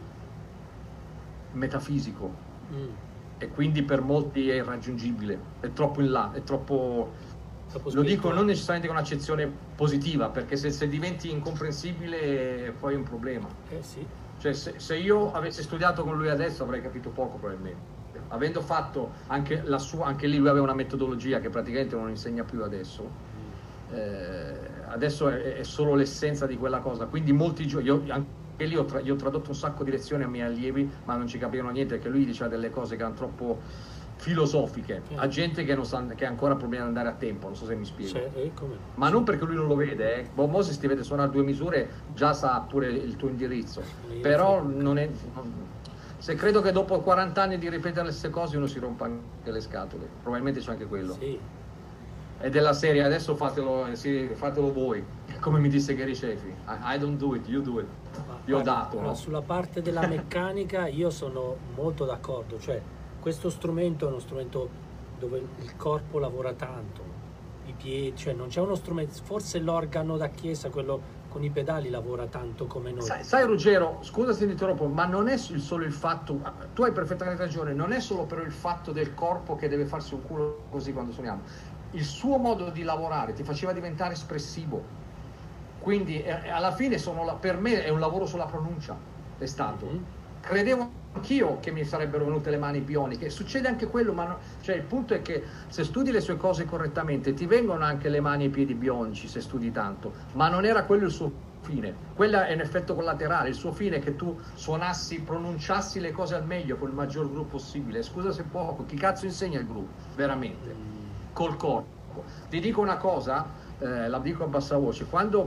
metafisico mm. e quindi per molti è irraggiungibile, è troppo in là, è troppo... troppo lo dico non necessariamente con un'accezione positiva, perché se, se diventi incomprensibile poi è un problema. Eh sì. Cioè se, se io avessi studiato con lui adesso avrei capito poco probabilmente, avendo fatto anche la sua, anche lì lui aveva una metodologia che praticamente non insegna più adesso, eh, adesso è, è solo l'essenza di quella cosa, quindi molti giorni, io anche lì ho, tra, io ho tradotto un sacco di lezioni ai miei allievi, ma non ci capivano niente perché lui diceva delle cose che erano troppo filosofiche a gente che, non sa, che ha ancora problemi ad andare a tempo, non so se mi spiego. Cioè, eh, come? Ma non perché lui non lo vede, eh. Bob Moses ti vede suonare a due misure, già sa pure il tuo indirizzo, io però sì. non è non, se credo che dopo quaranta anni di ripetere le stesse cose uno si rompa anche le scatole, probabilmente c'è anche quello. Sì. È della serie adesso fatelo, sì, fatelo voi, come mi disse Gary Sheffi, I, I don't do it, you do it. Io ho dato, allora, no? Sulla parte della meccanica io sono molto d'accordo, cioè questo strumento è uno strumento dove il corpo lavora tanto, i piedi, cioè non c'è uno strumento, forse l'organo da chiesa, quello con i pedali, lavora tanto come noi. Sai, sai Ruggero, scusa se ti interrompo, ma non è solo il fatto, tu hai perfettamente ragione, non è solo però il fatto del corpo che deve farsi un culo così quando suoniamo, il suo modo di lavorare ti faceva diventare espressivo, quindi eh, alla fine sono la, per me è un lavoro sulla pronuncia, è stato. Mm-hmm. Credevo anch'io che mi sarebbero venute le mani bioniche, succede anche quello, ma no, cioè il punto è che se studi le sue cose correttamente ti vengono anche le mani e i piedi bionici se studi tanto, ma non era quello il suo fine, quello è un effetto collaterale, il suo fine è che tu suonassi, pronunciassi le cose al meglio con il maggior gruppo possibile. Scusa se poco, chi cazzo insegna il gruppo? Veramente, col corpo. Ti dico una cosa, eh, la dico a bassa voce, quando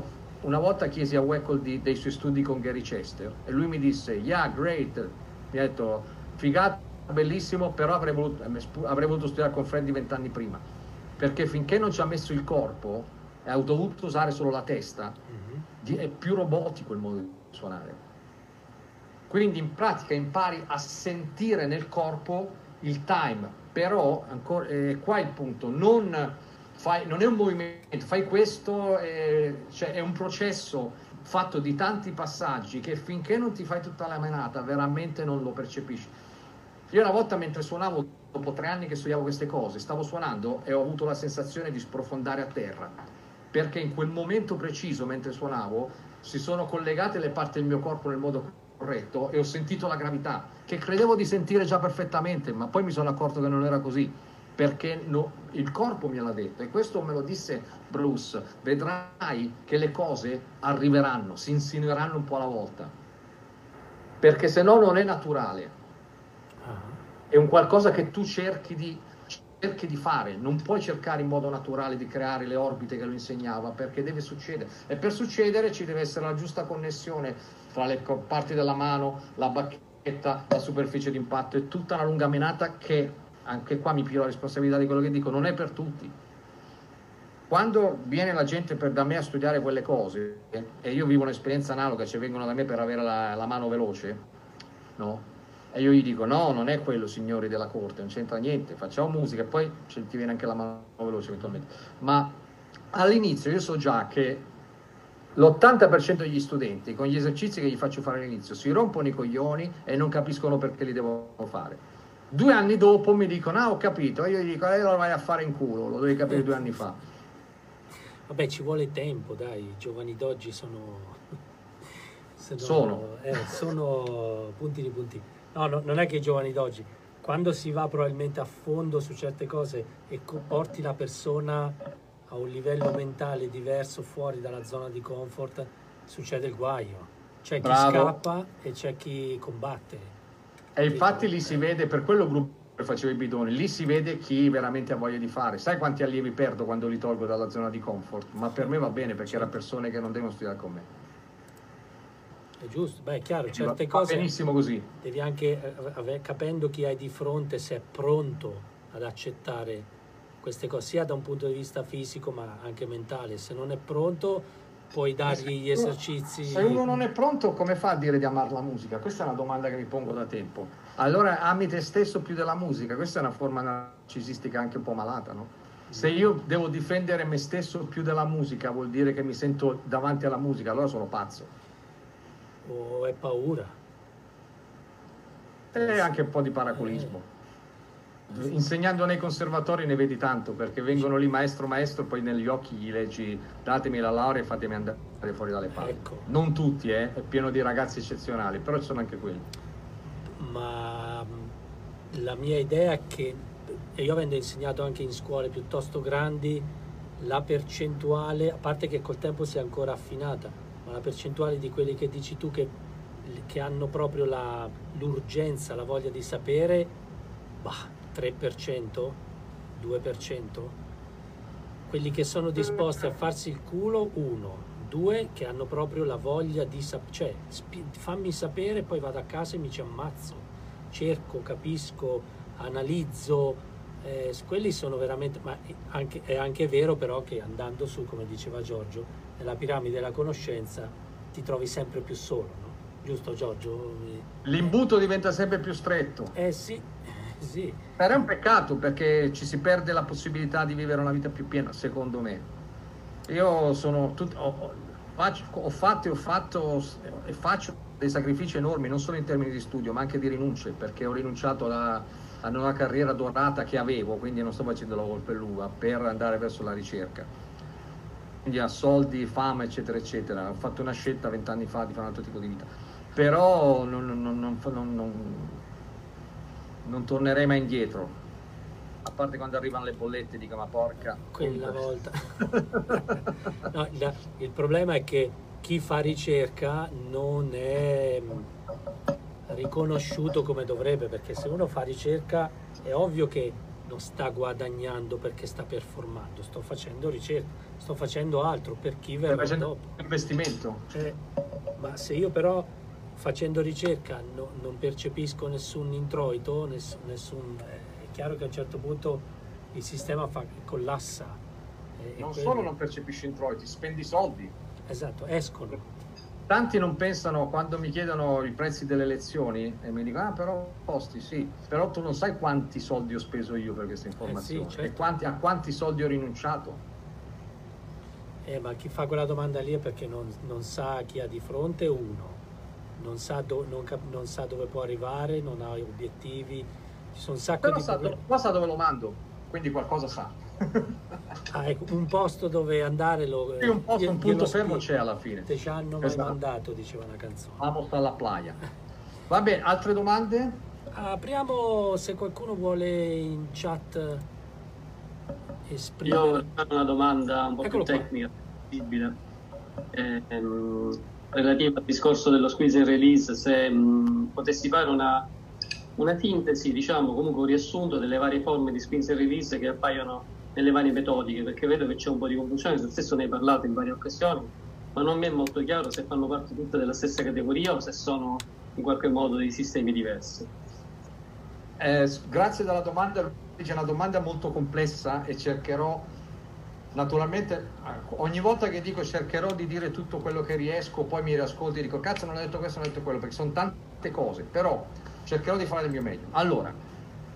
una volta chiesi a Wackel di, dei suoi studi con Gary Chester e lui mi disse, yeah, great, mi ha detto, figata, bellissimo, però avrei voluto, avrei voluto studiare con Freddy vent'anni prima, perché finché non ci ha messo il corpo e ha dovuto usare solo la testa, mm-hmm. è più robotico il modo di suonare. Quindi in pratica impari a sentire nel corpo il time, però ancora, eh, qua è il punto, non... Fai, non è un movimento, fai questo, eh, cioè è un processo fatto di tanti passaggi che finché non ti fai tutta la menata veramente non lo percepisci. Io una volta mentre suonavo, dopo tre anni che studiavo queste cose, stavo suonando e ho avuto la sensazione di sprofondare a terra, perché in quel momento preciso mentre suonavo si sono collegate le parti del mio corpo nel modo corretto e ho sentito la gravità, che credevo di sentire già perfettamente, ma poi mi sono accorto che non era così. Perché no, il corpo me l'ha detto, e questo me lo disse Bruce, vedrai che le cose arriveranno, si insinueranno un po' alla volta, perché se no non è naturale, è un qualcosa che tu cerchi di, cerchi di fare, non puoi cercare in modo naturale di creare le orbite che lo insegnava, perché deve succedere, e per succedere ci deve essere la giusta connessione tra le parti della mano, la bacchetta, la superficie di impatto, è tutta una lunga menata che... Anche qua mi piglio la responsabilità di quello che dico, non è per tutti. Quando viene la gente per, da me a studiare quelle cose, e io vivo un'esperienza analoga, cioè vengono da me per avere la, la mano veloce, no? E io gli dico, no, non è quello, signori della corte, non c'entra niente, facciamo musica e poi ti viene anche la mano veloce eventualmente. Ma all'inizio io so già che l'ottanta per cento degli studenti, con gli esercizi che gli faccio fare all'inizio, si rompono i coglioni e non capiscono perché li devo fare. Due anni dopo mi dicono, ah ho capito, e io gli dico, eh, lo vai a fare in culo, lo dovevi capire due anni fa. Vabbè, ci vuole tempo, dai, i giovani d'oggi sono... sono... Sono. Eh, sono puntini puntini. No, no, non è che i giovani d'oggi, quando si va probabilmente a fondo su certe cose e porti la persona a un livello mentale diverso fuori dalla zona di comfort, succede il guaio. C'è chi Bravo. scappa e c'è chi combatte. E infatti lì si vede, per quello gruppo facevo i bidoni, lì si vede chi veramente ha voglia di fare. Sai quanti allievi perdo quando li tolgo dalla zona di comfort? Ma per me va bene, perché erano persone che non devono studiare con me. È giusto, beh è chiaro, certe va, cose va benissimo così. Devi anche, eh, capendo chi hai di fronte, se è pronto ad accettare queste cose, sia da un punto di vista fisico ma anche mentale. Se non è pronto puoi dargli gli esercizi. Se uno non è pronto, come fa a dire di amare la musica? Questa è una domanda che mi pongo da tempo. Allora ami te stesso più della musica? Questa è una forma narcisistica anche un po' malata, no? Se io devo difendere me stesso più della musica, vuol dire che mi sento davanti alla musica, allora sono pazzo. O è paura. E anche un po' di paracolismo. Insegnando nei conservatori ne vedi tanto, perché vengono lì maestro maestro, poi negli occhi gli leggi datemi la laurea e fatemi andare fuori dalle palle. Ecco. Non tutti, eh, è pieno di ragazzi eccezionali, però ci sono anche quelli. Ma la mia idea è che, e io avendo insegnato anche in scuole piuttosto grandi, la percentuale, a parte che col tempo si è ancora affinata, ma la percentuale di quelli che dici tu che, che hanno proprio la, l'urgenza, la voglia di sapere, bah, tre per cento, due per cento, quelli che sono disposti a farsi il culo, uno, due che hanno proprio la voglia di sapere, cioè fammi sapere, poi vado a casa e mi ci ammazzo, cerco, capisco, analizzo, eh, quelli sono veramente, ma anche, è anche vero però che andando su, come diceva Giorgio, nella piramide della conoscenza ti trovi sempre più solo, no? Giusto Giorgio? L'imbuto diventa sempre più stretto. Eh sì. Sì. Però è un peccato, perché ci si perde la possibilità di vivere una vita più piena, secondo me. Io sono tut, ho, faccio, ho fatto e ho fatto e faccio dei sacrifici enormi, non solo in termini di studio ma anche di rinunce, perché ho rinunciato alla, a una carriera dorata che avevo, quindi non sto facendo la volpe l'uva, per andare verso la ricerca, quindi a soldi, fama eccetera eccetera. Ho fatto una scelta vent'anni fa di fare un altro tipo di vita, però non, non, non, non, non non tornerei mai indietro, a parte quando arrivano le bollette dico ma porca quella volta. No, il, il problema è che chi fa ricerca non è riconosciuto come dovrebbe, perché se uno fa ricerca è ovvio che non sta guadagnando perché sta performando, sto facendo ricerca, sto facendo altro per chi verrà facendo dopo. Investimento. Eh, ma se io però facendo ricerca no, non percepisco nessun introito, nessun, nessun, eh, è chiaro che a un certo punto il sistema fa, collassa. Eh, Non quello, solo non percepisci introiti, spendi soldi. esatto, escono. Tanti non pensano, quando mi chiedono i prezzi delle lezioni e mi dicono ah però costi, sì, però tu non sai quanti soldi ho speso io per questa informazione, Eh sì, certo. e quanti, a quanti soldi ho rinunciato. Eh, ma chi fa quella domanda lì è perché non, non sa chi ha di fronte, uno, non sa, do, non, cap- non sa dove può arrivare, non ha obiettivi, ci sono un sacco Però di sa, problemi. qua sa dove lo mando, quindi qualcosa sa. Ah, ecco, un posto dove andare lo, Sì, un posto, un glielo punto fermo spiego. c'è alla fine. Te ci hanno mai Esatto. mandato, diceva una canzone. Vamos alla playa. Va bene, altre domande? Apriamo se qualcuno vuole in chat Io esprimere. ho una domanda un po' Eccolo più qua. tecnica possibile, ehm, relativa al discorso dello squeeze and release, se mh, potessi fare una, una sintesi, diciamo, comunque un riassunto delle varie forme di squeeze and release che appaiono nelle varie metodiche, perché vedo che c'è un po' di confusione, tu stesso ne hai parlato in varie occasioni, ma non mi è molto chiaro se fanno parte tutte della stessa categoria o se sono in qualche modo dei sistemi diversi. Eh, grazie della domanda, c'è una domanda molto complessa e cercherò, naturalmente, ogni volta che dico cercherò di dire tutto quello che riesco, poi mi riascolto e dico cazzo non ho detto questo, non ho detto quello, perché sono tante cose, però cercherò di fare del mio meglio. Allora,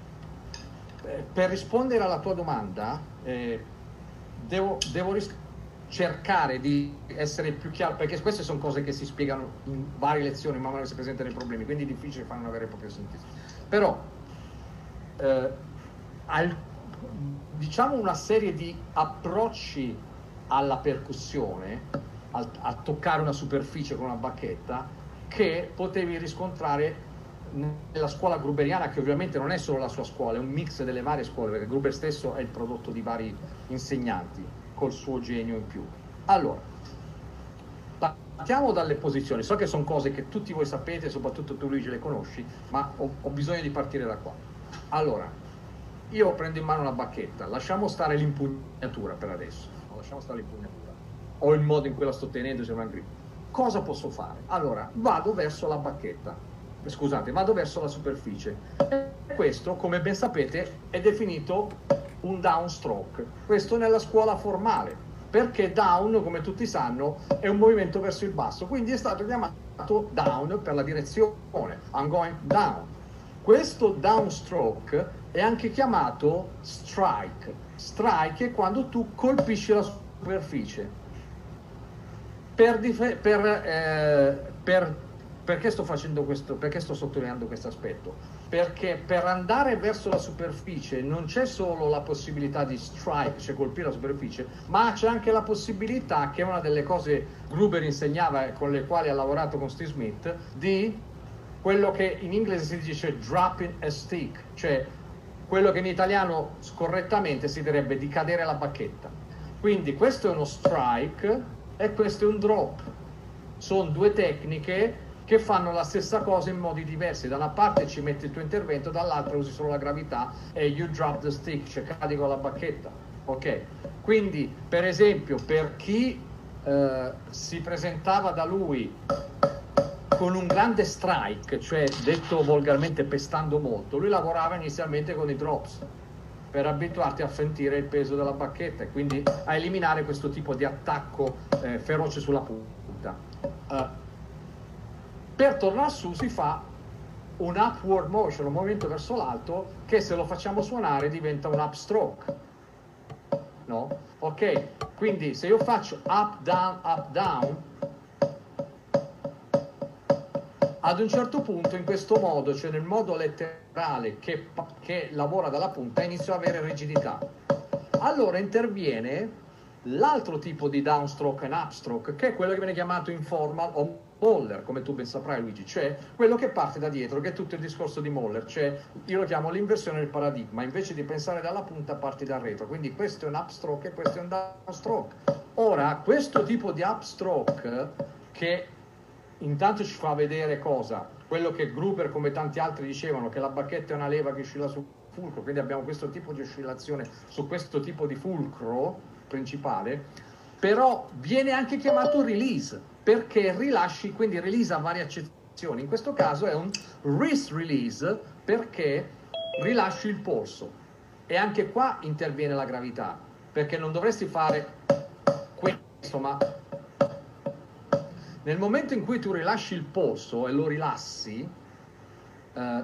eh, per rispondere alla tua domanda, eh, devo, devo ris- cercare di essere più chiaro, perché queste sono cose che si spiegano in varie lezioni man mano che si presentano i problemi, quindi è difficile fare una vera e propria sintesi. Però eh, al, diciamo una serie di approcci alla percussione, al, a toccare una superficie con una bacchetta, che potevi riscontrare nella scuola gruberiana, che ovviamente non è solo la sua scuola, è un mix delle varie scuole, perché Gruber stesso è il prodotto di vari insegnanti col suo genio in più. Allora, partiamo dalle posizioni. So che sono cose che tutti voi sapete, soprattutto tu Luigi le conosci, ma ho, ho bisogno di partire da qua. Allora, io prendo in mano una bacchetta, lasciamo stare l'impugnatura per adesso, lasciamo stare l'impugnatura, o il modo in cui la sto tenendo se è una grip. Cosa posso fare? Allora, vado verso la bacchetta, scusate, vado verso la superficie, e questo, come ben sapete, è definito un downstroke. Questo nella scuola formale, perché down, come tutti sanno, è un movimento verso il basso, quindi è stato chiamato down per la direzione, I'm going down. Questo downstroke è anche chiamato strike. Strike è quando tu colpisci la superficie. Per, dif- per, eh, per perché sto facendo questo? Perché sto sottolineando questo aspetto? Perché per andare verso la superficie non c'è solo la possibilità di strike, cioè colpire la superficie, ma c'è anche la possibilità, che è una delle cose Gruber insegnava e con le quali ha lavorato con Steve Smith, di quello che in inglese si dice dropping a stick, cioè quello che in italiano correttamente si direbbe di cadere la bacchetta. Quindi questo è uno strike e questo è un drop. Sono due tecniche che fanno la stessa cosa in modi diversi. Da una parte ci metti il tuo intervento, dall'altra usi solo la gravità e you drop the stick, cioè cadi con la bacchetta. Ok? Quindi, per esempio, per chi eh, si presentava da lui con un grande strike, cioè detto volgarmente pestando molto, lui lavorava inizialmente con i drops per abituarti a sentire il peso della bacchetta e quindi a eliminare questo tipo di attacco eh, feroce sulla punta. Uh, Per tornare su si fa un upward motion, un movimento verso l'alto, che se lo facciamo suonare diventa un upstroke. No? Ok? Quindi se io faccio up, down, up, down, ad un certo punto in questo modo, cioè nel modo letterale che, che lavora dalla punta, inizio ad avere rigidità. Allora interviene l'altro tipo di downstroke e upstroke, che è quello che viene chiamato informal o Moller, come tu ben saprai Luigi, cioè quello che parte da dietro, che è tutto il discorso di Moller, cioè io lo chiamo l'inversione del paradigma, invece di pensare dalla punta parti dal retro, quindi questo è un upstroke e questo è un downstroke. Ora, questo tipo di upstroke, che intanto ci fa vedere cosa? Quello che Gruber, come tanti altri, dicevano, che la bacchetta è una leva che uscì la fulcro, quindi abbiamo questo tipo di oscillazione su questo tipo di fulcro principale, però viene anche chiamato release, perché rilasci, quindi release ha varie accezioni. In questo caso è un wrist release perché rilasci il polso, e anche qua interviene la gravità, perché non dovresti fare questo, ma nel momento in cui tu rilasci il polso e lo rilassi, eh,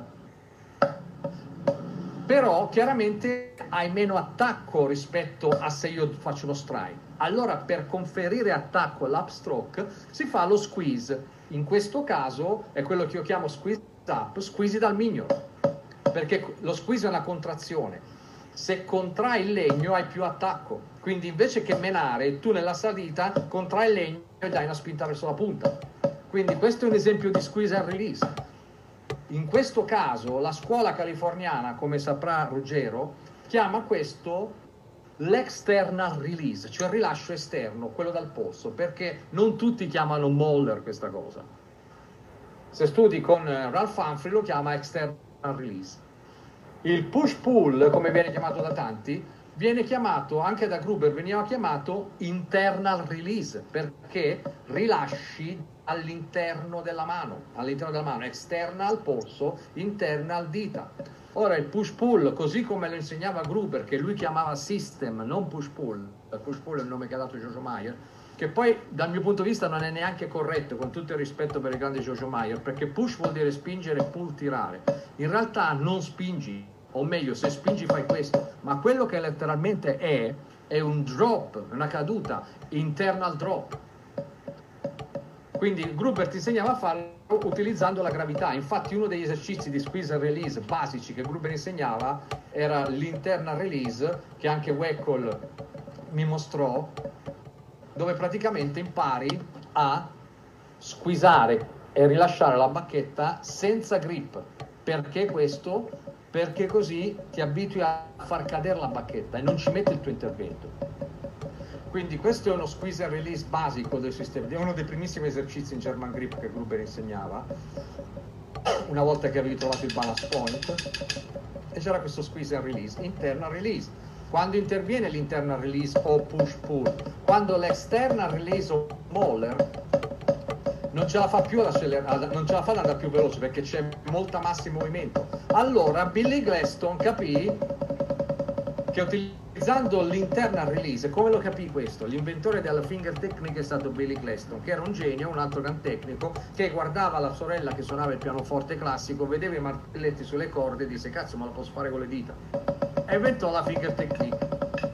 però chiaramente hai meno attacco rispetto a se io faccio lo strike. Allora per conferire attacco all'upstroke si fa lo squeeze. In questo caso è quello che io chiamo squeeze up, squeeze dal minion, perché lo squeeze è una contrazione. Se contrai il legno hai più attacco, quindi invece che menare tu nella salita contrai il legno e dai una spinta verso la punta. Quindi questo è un esempio di squeeze and release. In questo caso la scuola californiana, come saprà Ruggero, chiama questo l'external release, cioè il rilascio esterno, quello dal polso, perché non tutti chiamano Moller questa cosa. Se studi con Ralph Humphrey lo chiama external release. Il push-pull, come viene chiamato da tanti, viene chiamato, anche da Gruber veniva chiamato internal release, perché rilasci all'interno della mano, all'interno della mano, external polso, internal dita. Ora il push-pull, così come lo insegnava Gruber, che lui chiamava system, non push-pull, push-pull è il nome che ha dato Jojo Meyer, che poi dal mio punto di vista non è neanche corretto, con tutto il rispetto per il grande Jojo Meyer, perché push vuol dire spingere, pull tirare. In realtà non spingi, o meglio, se spingi fai questo, ma quello che letteralmente è, è un drop, una caduta, internal drop. Quindi Gruber ti insegnava a farlo utilizzando la gravità. Infatti uno degli esercizi di squeeze and release basici che Gruber insegnava era l'internal release, che anche Wackel mi mostrò, dove praticamente impari a squeezare e rilasciare la bacchetta senza grip. Perché questo? Perché così ti abitui a far cadere la bacchetta e non ci metti il tuo intervento. Quindi questo è uno squeeze and release basico del sistema, è uno dei primissimi esercizi in German grip che Gruber insegnava, una volta che avevi trovato il balance point, e c'era questo squeeze and release, internal release. Quando interviene l'internal release o push pull, quando l'external release o Moller non ce la fa più ad accelerare, non ce la fa ad andare più veloce perché c'è molta massa in movimento. Allora Billy Glaston capì che utilizzando l'internal release, come lo capì questo? L'inventore della finger technique è stato Billy Glaston, che era un genio, un altro gran tecnico, che guardava la sorella che suonava il pianoforte classico, vedeva i martelletti sulle corde e disse: cazzo, ma lo posso fare con le dita, e inventò la finger technique.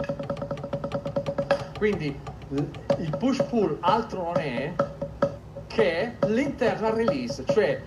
Quindi il push pull altro non è che l'internal release, cioè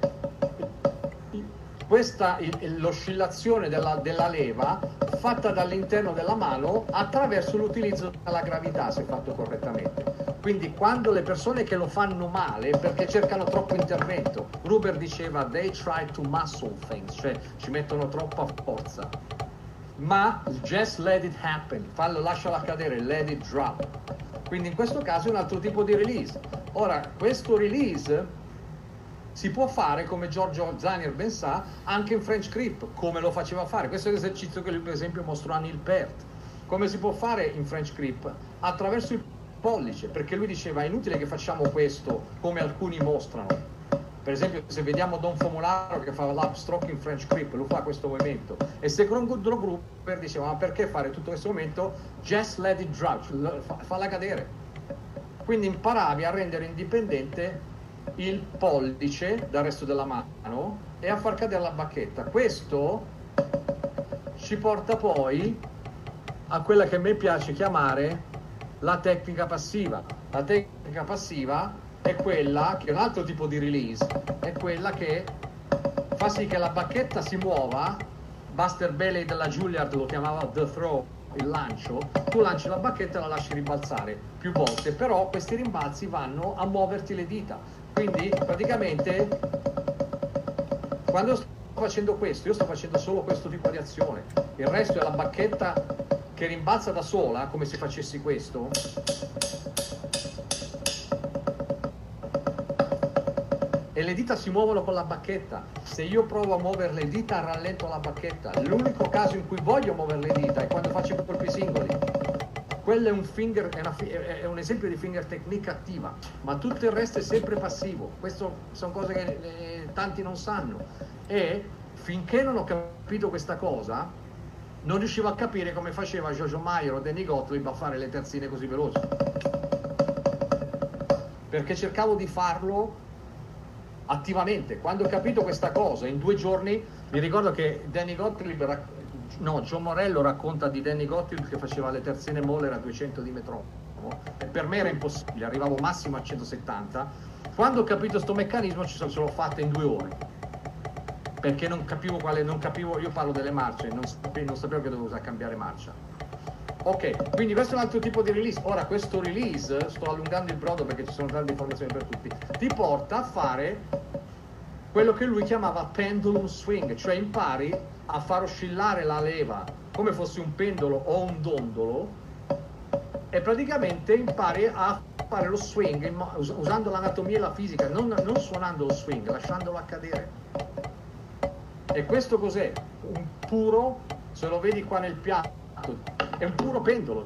questa l'oscillazione della, della leva fatta dall'interno della mano attraverso l'utilizzo della gravità, se fatto correttamente. Quindi quando le persone che lo fanno male perché cercano troppo intervento, Gruber diceva they try to muscle things, cioè ci mettono troppa forza, ma just let it happen, fallo, lasciala cadere, let it drop. Quindi in questo caso è un altro tipo di release. Ora questo release si può fare, come Giorgio Zanier ben sa, anche in French grip, come lo faceva fare. Questo è l'esercizio che lui per esempio mostrò a Neil Peart. Come si può fare in French grip? Attraverso il pollice, perché lui diceva è inutile che facciamo questo come alcuni mostrano. Per esempio se vediamo Don Fomolaro che fa l'upstroke in French grip, lui fa questo movimento, e secondo Gruber diceva ma perché fare tutto questo movimento? Just let it drop, falla cadere. Quindi imparavi a rendere indipendente il pollice dal resto della mano e a far cadere la bacchetta. Questo ci porta poi a quella che a me piace chiamare la tecnica passiva. La tecnica passiva è quella che è un altro tipo di release, è quella che fa sì che la bacchetta si muova. Buster Bailey della Juilliard lo chiamava the throw, il lancio. Tu lanci la bacchetta e la lasci rimbalzare più volte, però questi rimbalzi vanno a muoverti le dita. Quindi praticamente quando sto facendo questo, io sto facendo solo questo tipo di azione, il resto è la bacchetta che rimbalza da sola, come se facessi questo, e le le dita si muovono con la bacchetta. Se io provo a muovere le dita rallento la bacchetta. L'unico caso in cui voglio muovere le dita è quando faccio i colpi singoli. Quello è un, finger, è, una, è un esempio di finger technique attiva, ma tutto il resto è sempre passivo. Queste sono cose che eh, tanti non sanno. E finché non ho capito questa cosa, non riuscivo a capire come faceva Jojo Mayer o Danny Gottlieb a fare le terzine così veloci. Perché cercavo di farlo attivamente. Quando ho capito questa cosa, in due giorni, mi ricordo che Danny Gottlieb, no, Joe Morello racconta di Danny Gottlieb che faceva le terzine Moller a duecento di metronomo, e per me era impossibile, arrivavo massimo a centosettanta. Quando ho capito questo meccanismo ci sono solo fatte in due ore, perché non capivo quale, non capivo, io parlo delle marce, non sapevo, non sapevo che dovevo usare cambiare marcia. Ok, quindi questo è un altro tipo di release. Ora questo release, sto allungando il brodo perché ci sono tante informazioni per tutti, ti porta a fare quello che lui chiamava pendulum swing, cioè impari a far oscillare la leva come fosse un pendolo o un dondolo, e praticamente impari a fare lo swing usando l'anatomia e la fisica, non, non suonando lo swing, lasciandolo accadere. E questo cos'è? Un puro, se lo vedi qua nel piatto, è un puro pendolo.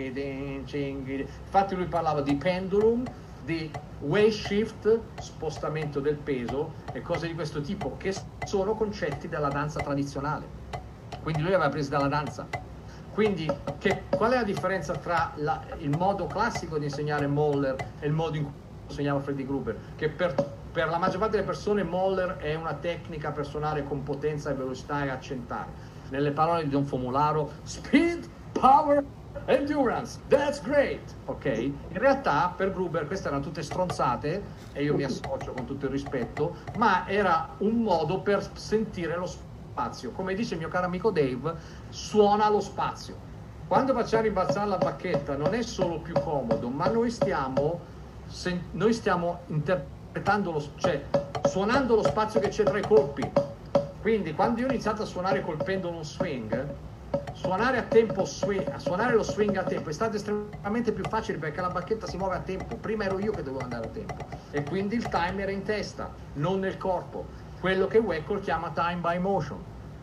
Infatti lui parlava di pendulum, di weight shift, spostamento del peso e cose di questo tipo, che sono concetti della danza tradizionale. Quindi lui aveva preso dalla danza. Quindi che, qual è la differenza tra la, il modo classico di insegnare Moller e il modo in cui insegnava Freddy Gruber? Che per, per la maggior parte delle persone Moller è una tecnica per suonare con potenza e velocità e accentare. Nelle parole di Don Fomolaro, speed, power, endurance, that's great, ok? In realtà per Gruber queste erano tutte stronzate, e io mi associo con tutto il rispetto, ma era un modo per sentire lo spazio. Come dice il mio caro amico Dave, suona lo spazio. Quando facciamo rimbalzare la bacchetta non è solo più comodo, ma noi stiamo, noi stiamo interpretando, lo, cioè suonando lo spazio che c'è tra i colpi. Quindi quando io ho iniziato a suonare col pendulum swing, suonare a tempo swing, suonare lo swing a tempo è stato estremamente più facile perché la bacchetta si muove a tempo. Prima ero io che dovevo andare a tempo e quindi il time era in testa, non nel corpo, quello che Weckl chiama time by motion.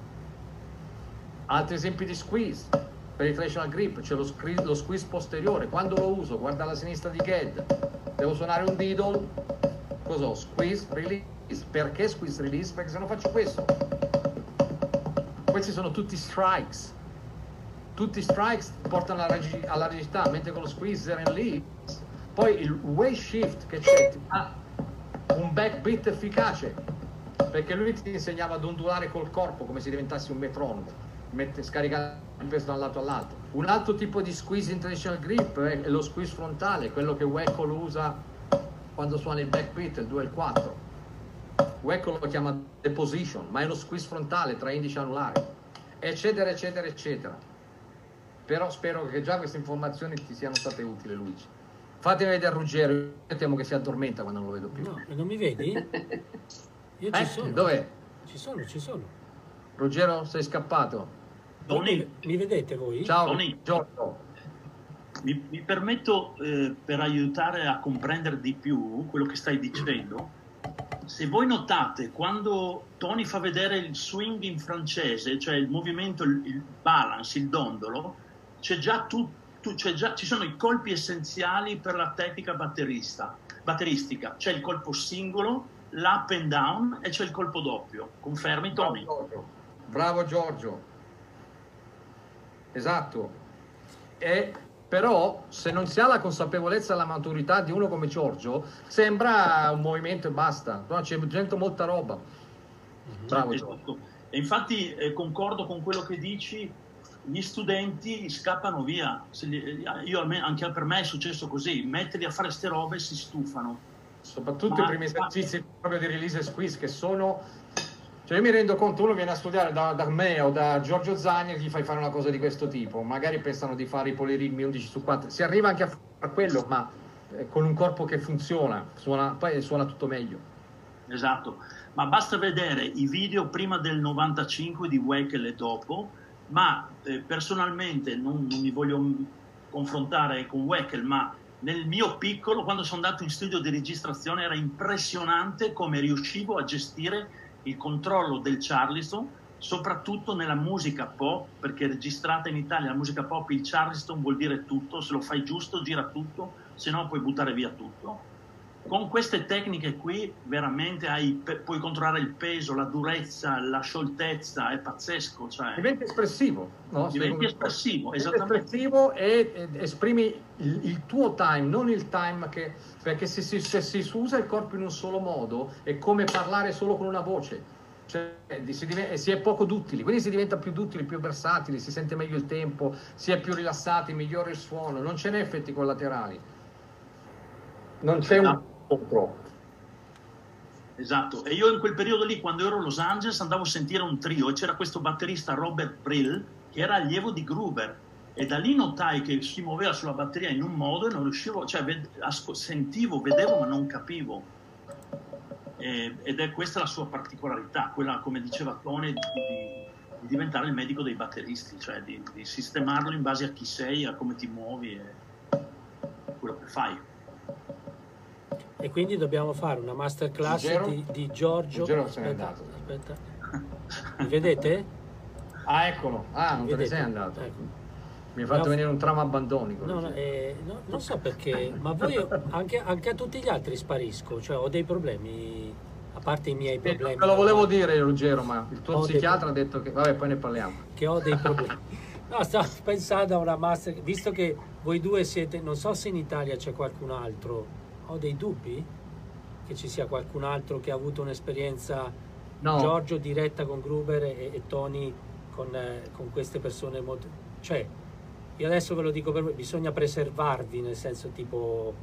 Altri esempi di squeeze per il traditional grip, c'è lo, lo squeeze posteriore. Quando lo uso, guarda alla sinistra di Ged, devo suonare un diddle, cos'ho? Squeeze, release. Perché squeeze release? Perché se no faccio questo. Questi sono tutti strikes. Tutti strikes portano alla, alla rigidità, mentre con lo squeeze and release poi il weight shift che c'è ti dà un backbeat efficace, perché lui ti insegnava ad ondulare col corpo come se diventassi un metronomo, mette, scaricare il peso da un lato all'altro. Un altro tipo di squeeze in traditional grip è lo squeeze frontale, quello che Weckl usa quando suona il backbeat, il due e il quattro. Weckl lo chiama deposition, ma è uno squeeze frontale tra indice e anulare, eccetera eccetera eccetera. Però spero che già queste informazioni ti siano state utili, Luigi. Fatemi vedere Ruggero, io temo che si addormenta quando non lo vedo più. No, non mi vedi? Io ci eh, sono. Dov'è? Ci sono, ci sono. Ruggero, sei scappato? Tony, mi vedete voi? Ciao, Tony. Giorgio. Mi, mi permetto, eh, per aiutare a comprendere di più quello che stai dicendo, se voi notate, quando Tony fa vedere il swing in francese, cioè il movimento, il, il balance, il dondolo, c'è già tu, tu, c'è già, ci sono i colpi essenziali per la tecnica batterista, batteristica. C'è il colpo singolo, l'up and down, e c'è il colpo doppio. Confermi, Tony? Bravo Giorgio. Bravo Giorgio. Esatto. E però se non si ha la consapevolezza e la maturità di uno come Giorgio, sembra un movimento e basta. No, c'è dentro molta roba. Bravo esatto. Giorgio. E infatti eh, concordo con quello che dici, gli studenti scappano via. Se gli, io anche per me è successo così, metterli a fare ste robe si stufano. Soprattutto Ma, i primi esercizi ma... proprio di release e squeeze, che sono... Cioè io mi rendo conto, uno viene a studiare da, da me o da Giorgio Zagni e gli fai fare una cosa di questo tipo, magari pensano di fare i poliritmi undici su quattro, si arriva anche a fare quello, ma eh, con un corpo che funziona, suona, poi suona tutto meglio. Esatto, ma basta vedere i video prima del novantacinque di Weckl e dopo, ma eh, personalmente non, non mi voglio confrontare con Weckl, ma nel mio piccolo, quando sono andato in studio di registrazione, era impressionante come riuscivo a gestire il controllo del Charleston, soprattutto nella musica pop, perché registrata in Italia la musica pop, il Charleston vuol dire tutto, se lo fai giusto gira tutto, se no puoi buttare via tutto. Con queste tecniche qui veramente hai, puoi controllare il peso, la durezza, la scioltezza, è pazzesco. Cioè, diventi espressivo, no? Diventi espressivo, diventi esattamente. espressivo e, e esprimi il, il tuo time, non il time che... Perché se si, se si usa il corpo in un solo modo è come parlare solo con una voce. Cioè, si, div- si è poco duttili, quindi si diventa più duttili, più versatili, si sente meglio il tempo, si è più rilassati, migliore il suono, non ce n'è effetti collaterali. Non c'è un... Troppo. Esatto, e io in quel periodo lì, quando ero a Los Angeles, andavo a sentire un trio e c'era questo batterista Robert Brill che era allievo di Gruber, e da lì notai che si muoveva sulla batteria in un modo e non riuscivo, cioè ved- asco- sentivo, vedevo ma non capivo, e, ed è questa la sua particolarità, quella, come diceva Tony, di, di diventare il medico dei batteristi, cioè di, di sistemarlo in base a chi sei, a come ti muovi e quello che fai. E quindi dobbiamo fare una masterclass di, di Giorgio. Ruggero se n'è Aspetta, andato. aspetta. Mi vedete? Ah, eccolo. Ah, non te ne Vedete? sei andato. Ecco. Mi hai fatto No, venire un trauma abbandonico. No, no, eh, no, non so perché, ma voi anche, anche a tutti gli altri sparisco, cioè ho dei problemi, a parte i miei problemi. Te lo volevo dire, Ruggero, ma il tuo Ho psichiatra dei... ha detto che... Vabbè, poi ne parliamo. Che ho dei problemi. No, stavo pensando a una master, visto che voi due siete, non so se in Italia c'è qualcun altro, ho dei dubbi che ci sia qualcun altro che ha avuto un'esperienza, No. Giorgio diretta con Gruber e, e Tony con, eh, con queste persone molto... Cioè, io adesso ve lo dico per voi, bisogna preservarvi, nel senso tipo...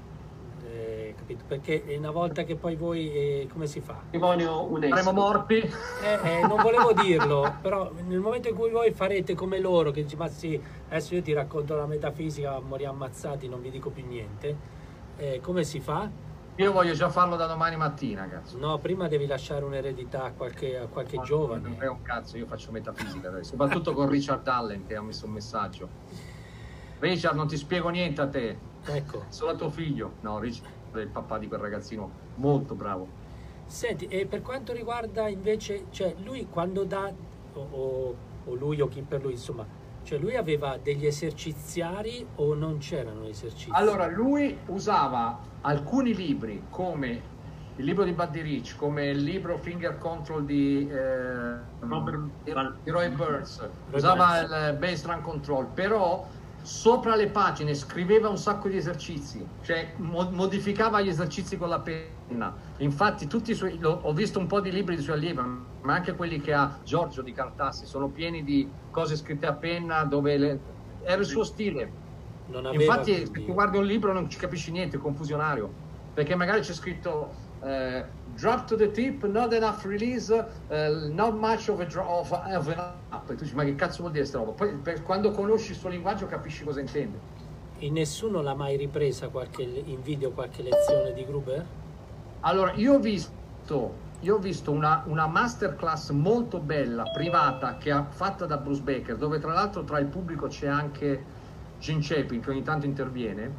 Eh, capito? Perché una volta che poi voi... Eh, come si fa? Matrimonio UNESCO. Saremo morti. Eh, eh, non volevo dirlo, però nel momento in cui voi farete come loro, che dici, ma sì, adesso io ti racconto la metafisica, moriamo ammazzati, non vi dico più niente, eh, come si fa? Io voglio già farlo da domani mattina, cazzo. No, prima devi lasciare un'eredità a qualche, a qualche No, giovane. Non è un cazzo, io faccio metafisica adesso, soprattutto con Richard Allen che ha messo un messaggio. Richard, non ti spiego niente a te, Ecco. solo a tuo figlio. No, Richard è il papà di quel ragazzino molto bravo. Senti, e per quanto riguarda invece, cioè lui quando dà, o, o, o lui o chi per lui, insomma, cioè lui aveva degli eserciziari o non c'erano esercizi? Allora, lui usava alcuni libri come il libro di Buddy Rich, come il libro Finger Control di, eh, Robert di, Val- di Roy Burns, Roy usava Burns. il Bass Drum Control, però sopra le pagine scriveva un sacco di esercizi, cioè mo- modificava gli esercizi con la penna. Infatti tutti i suoi, lo- ho visto un po' di libri di suoi allievi, ma anche quelli che ha Giorgio di Cartassi, sono pieni di cose scritte a penna dove le- era il suo stile. Non aveva Infatti quindi- se tu guardi un libro non ci capisci niente, è confusionario, perché magari c'è scritto eh, drop to the tip, not enough release, eh, not much of, a dro- of, a- of an up, e tu dici ma che cazzo vuol dire sta roba? Poi per- quando conosci il suo linguaggio capisci cosa intende. E nessuno l'ha mai ripresa qualche, in video qualche lezione di Gruber? Allora io ho visto io ho visto una, una masterclass molto bella, privata, che ha fatta da Bruce Baker, dove tra l'altro tra il pubblico c'è anche Gene Chapin che ogni tanto interviene,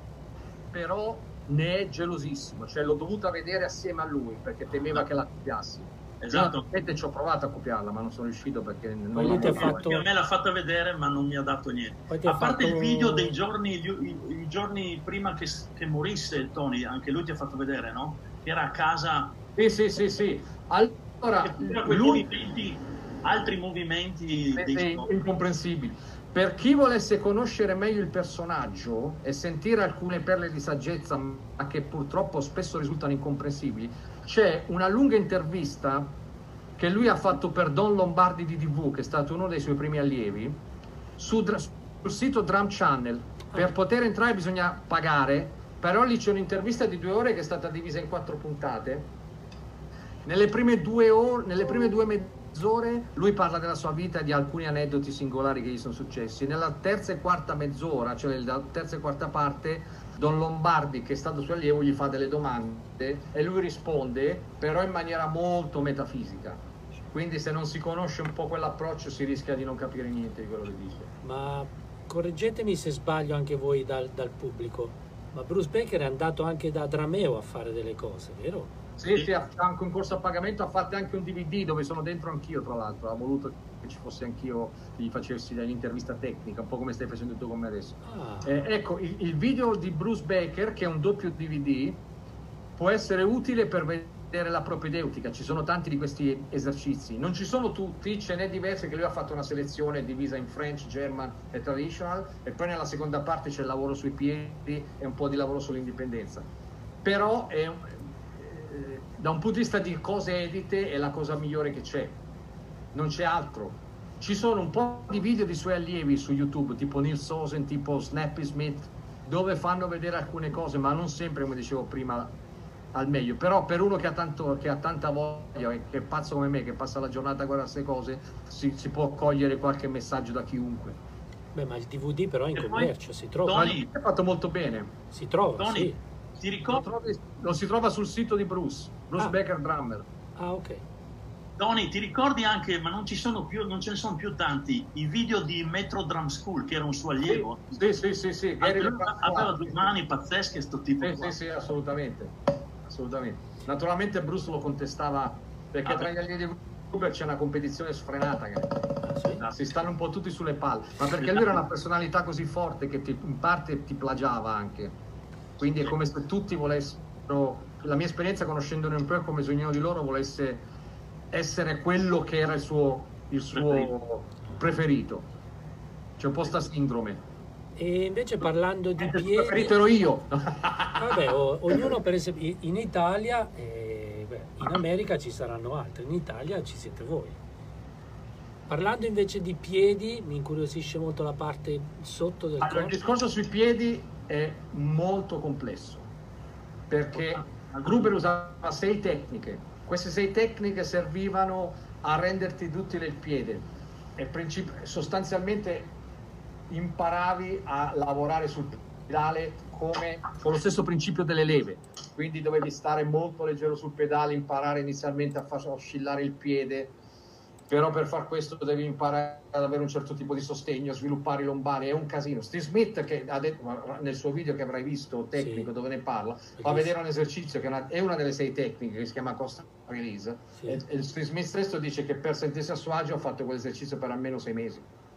però ne è gelosissimo, cioè l'ho dovuta vedere assieme a lui perché temeva che la copiassi. Esatto. Io ci ho provato a copiarla ma non sono riuscito perché non Poi l'ho lui ti ha capito. fatto- Perché a me l'ha fatta vedere ma non mi ha dato niente. Poi ti ha A parte fatto- il video dei giorni, gli- i, i giorni prima che, che morisse Tony, anche lui ti ha fatto vedere, no? Era a casa, Sì, sì, sì, sì. Allora, che faceva quei lui... movimenti, altri movimenti Sì, dei sì, giochi. incomprensibili. Per chi volesse conoscere meglio il personaggio e sentire alcune perle di saggezza, ma che purtroppo spesso risultano incomprensibili, c'è una lunga intervista che lui ha fatto per Don Lombardi di tivù, che è stato uno dei suoi primi allievi, su, dr- sul sito Drum Channel. Per poter entrare bisogna pagare, però lì c'è un'intervista di due ore che è stata divisa in quattro puntate. Nelle prime due ore, nelle prime due mezz'ore lui parla della sua vita e di alcuni aneddoti singolari che gli sono successi. Nella terza e quarta mezz'ora, cioè nella terza e quarta parte, Don Lombardi, che è stato suo allievo, gli fa delle domande e lui risponde, però in maniera molto metafisica. Quindi se non si conosce un po' quell'approccio si rischia di non capire niente di quello che dice. Ma correggetemi se sbaglio anche voi dal, dal pubblico. Ma Bruce Baker è andato anche da Drameo a fare delle cose, vero? Sì, sì, ha anche un corso a pagamento, ha fatto anche un D V D dove sono dentro anch'io, tra l'altro, ha voluto che ci fossi anch'io, che gli facessi l'intervista tecnica, un po' come stai facendo tu con me adesso. Ah. Eh, ecco, il, il video di Bruce Baker, che è un doppio D V D, può essere utile per vedere la propedeutica. Ci sono tanti di questi esercizi, non ci sono tutti, ce n'è diversi, che lui ha fatto una selezione divisa in French, German e Traditional, e poi nella seconda parte c'è il lavoro sui piedi e un po' di lavoro sull'indipendenza. Però è, eh, da un punto di vista di cose edite è la cosa migliore che c'è, non c'è altro. Ci sono un po' di video di suoi allievi su YouTube, tipo Neil Sosen, tipo Snappy Smith, dove fanno vedere alcune cose, ma non sempre, come dicevo prima, al meglio. Però per uno che ha, tanto, che ha tanta voglia, che è pazzo come me, che passa la giornata a guardare queste cose, si, si può cogliere qualche messaggio da chiunque. Beh, ma il D V D però è in E commercio, poi, si trova. Tony, È fatto molto bene. Si trova, Tony, sì. ti Lo, ricordi, trovi- lo si trova sul sito di Bruce, Bruce Ah. Baker Drummer. Ah, ok. Tony, ti ricordi anche, ma non ci sono più, non ce ne sono più tanti, i video di Metro Drum School, che era un suo allievo? Sì, sì, sì, sì. Anche Gary lui LeBlanc. aveva due mani pazzesche, sto tipo Sì, qua. sì, sì, assolutamente. Assolutamente. Naturalmente Bruce lo contestava, perché Ah, tra gli allievi di Gruber c'è una competizione sfrenata, che Ah, sì? si stanno un po' tutti sulle palle, ma perché lui era una personalità così forte che ti- in parte ti plagiava anche. Quindi è come se tutti volessero, la mia esperienza conoscendone un po' è come se ognuno di loro volesse essere quello che era il suo, il suo preferito. C'è un po' sta sindrome. E invece parlando di Il piedi, preferito ero io. vabbè, o- ognuno per esempio in- in Italia, eh, beh, in America ci saranno altri, in Italia ci siete voi. Parlando invece di piedi, mi incuriosisce molto la parte sotto del Allora, il corpo. discorso sui piedi è molto complesso, perché Gruber usava sei tecniche. Queste sei tecniche servivano a renderti duttile il piede e princip- sostanzialmente imparavi a lavorare sul pedale come con lo stesso principio delle leve, quindi dovevi stare molto leggero sul pedale, imparare inizialmente a far oscillare il piede, però per far questo devi imparare ad avere un certo tipo di sostegno, sviluppare i lombari, è un casino. Steve Smith, che ha detto nel suo video che avrai visto tecnico, Sì. dove ne parla, fa Bellissimo. vedere un esercizio che è una, è una delle sei tecniche, che si chiama Costa Release, Sì. e, e Steve Smith stesso dice che per sentirsi a suo agio ha fatto quell'esercizio per almeno sei mesi.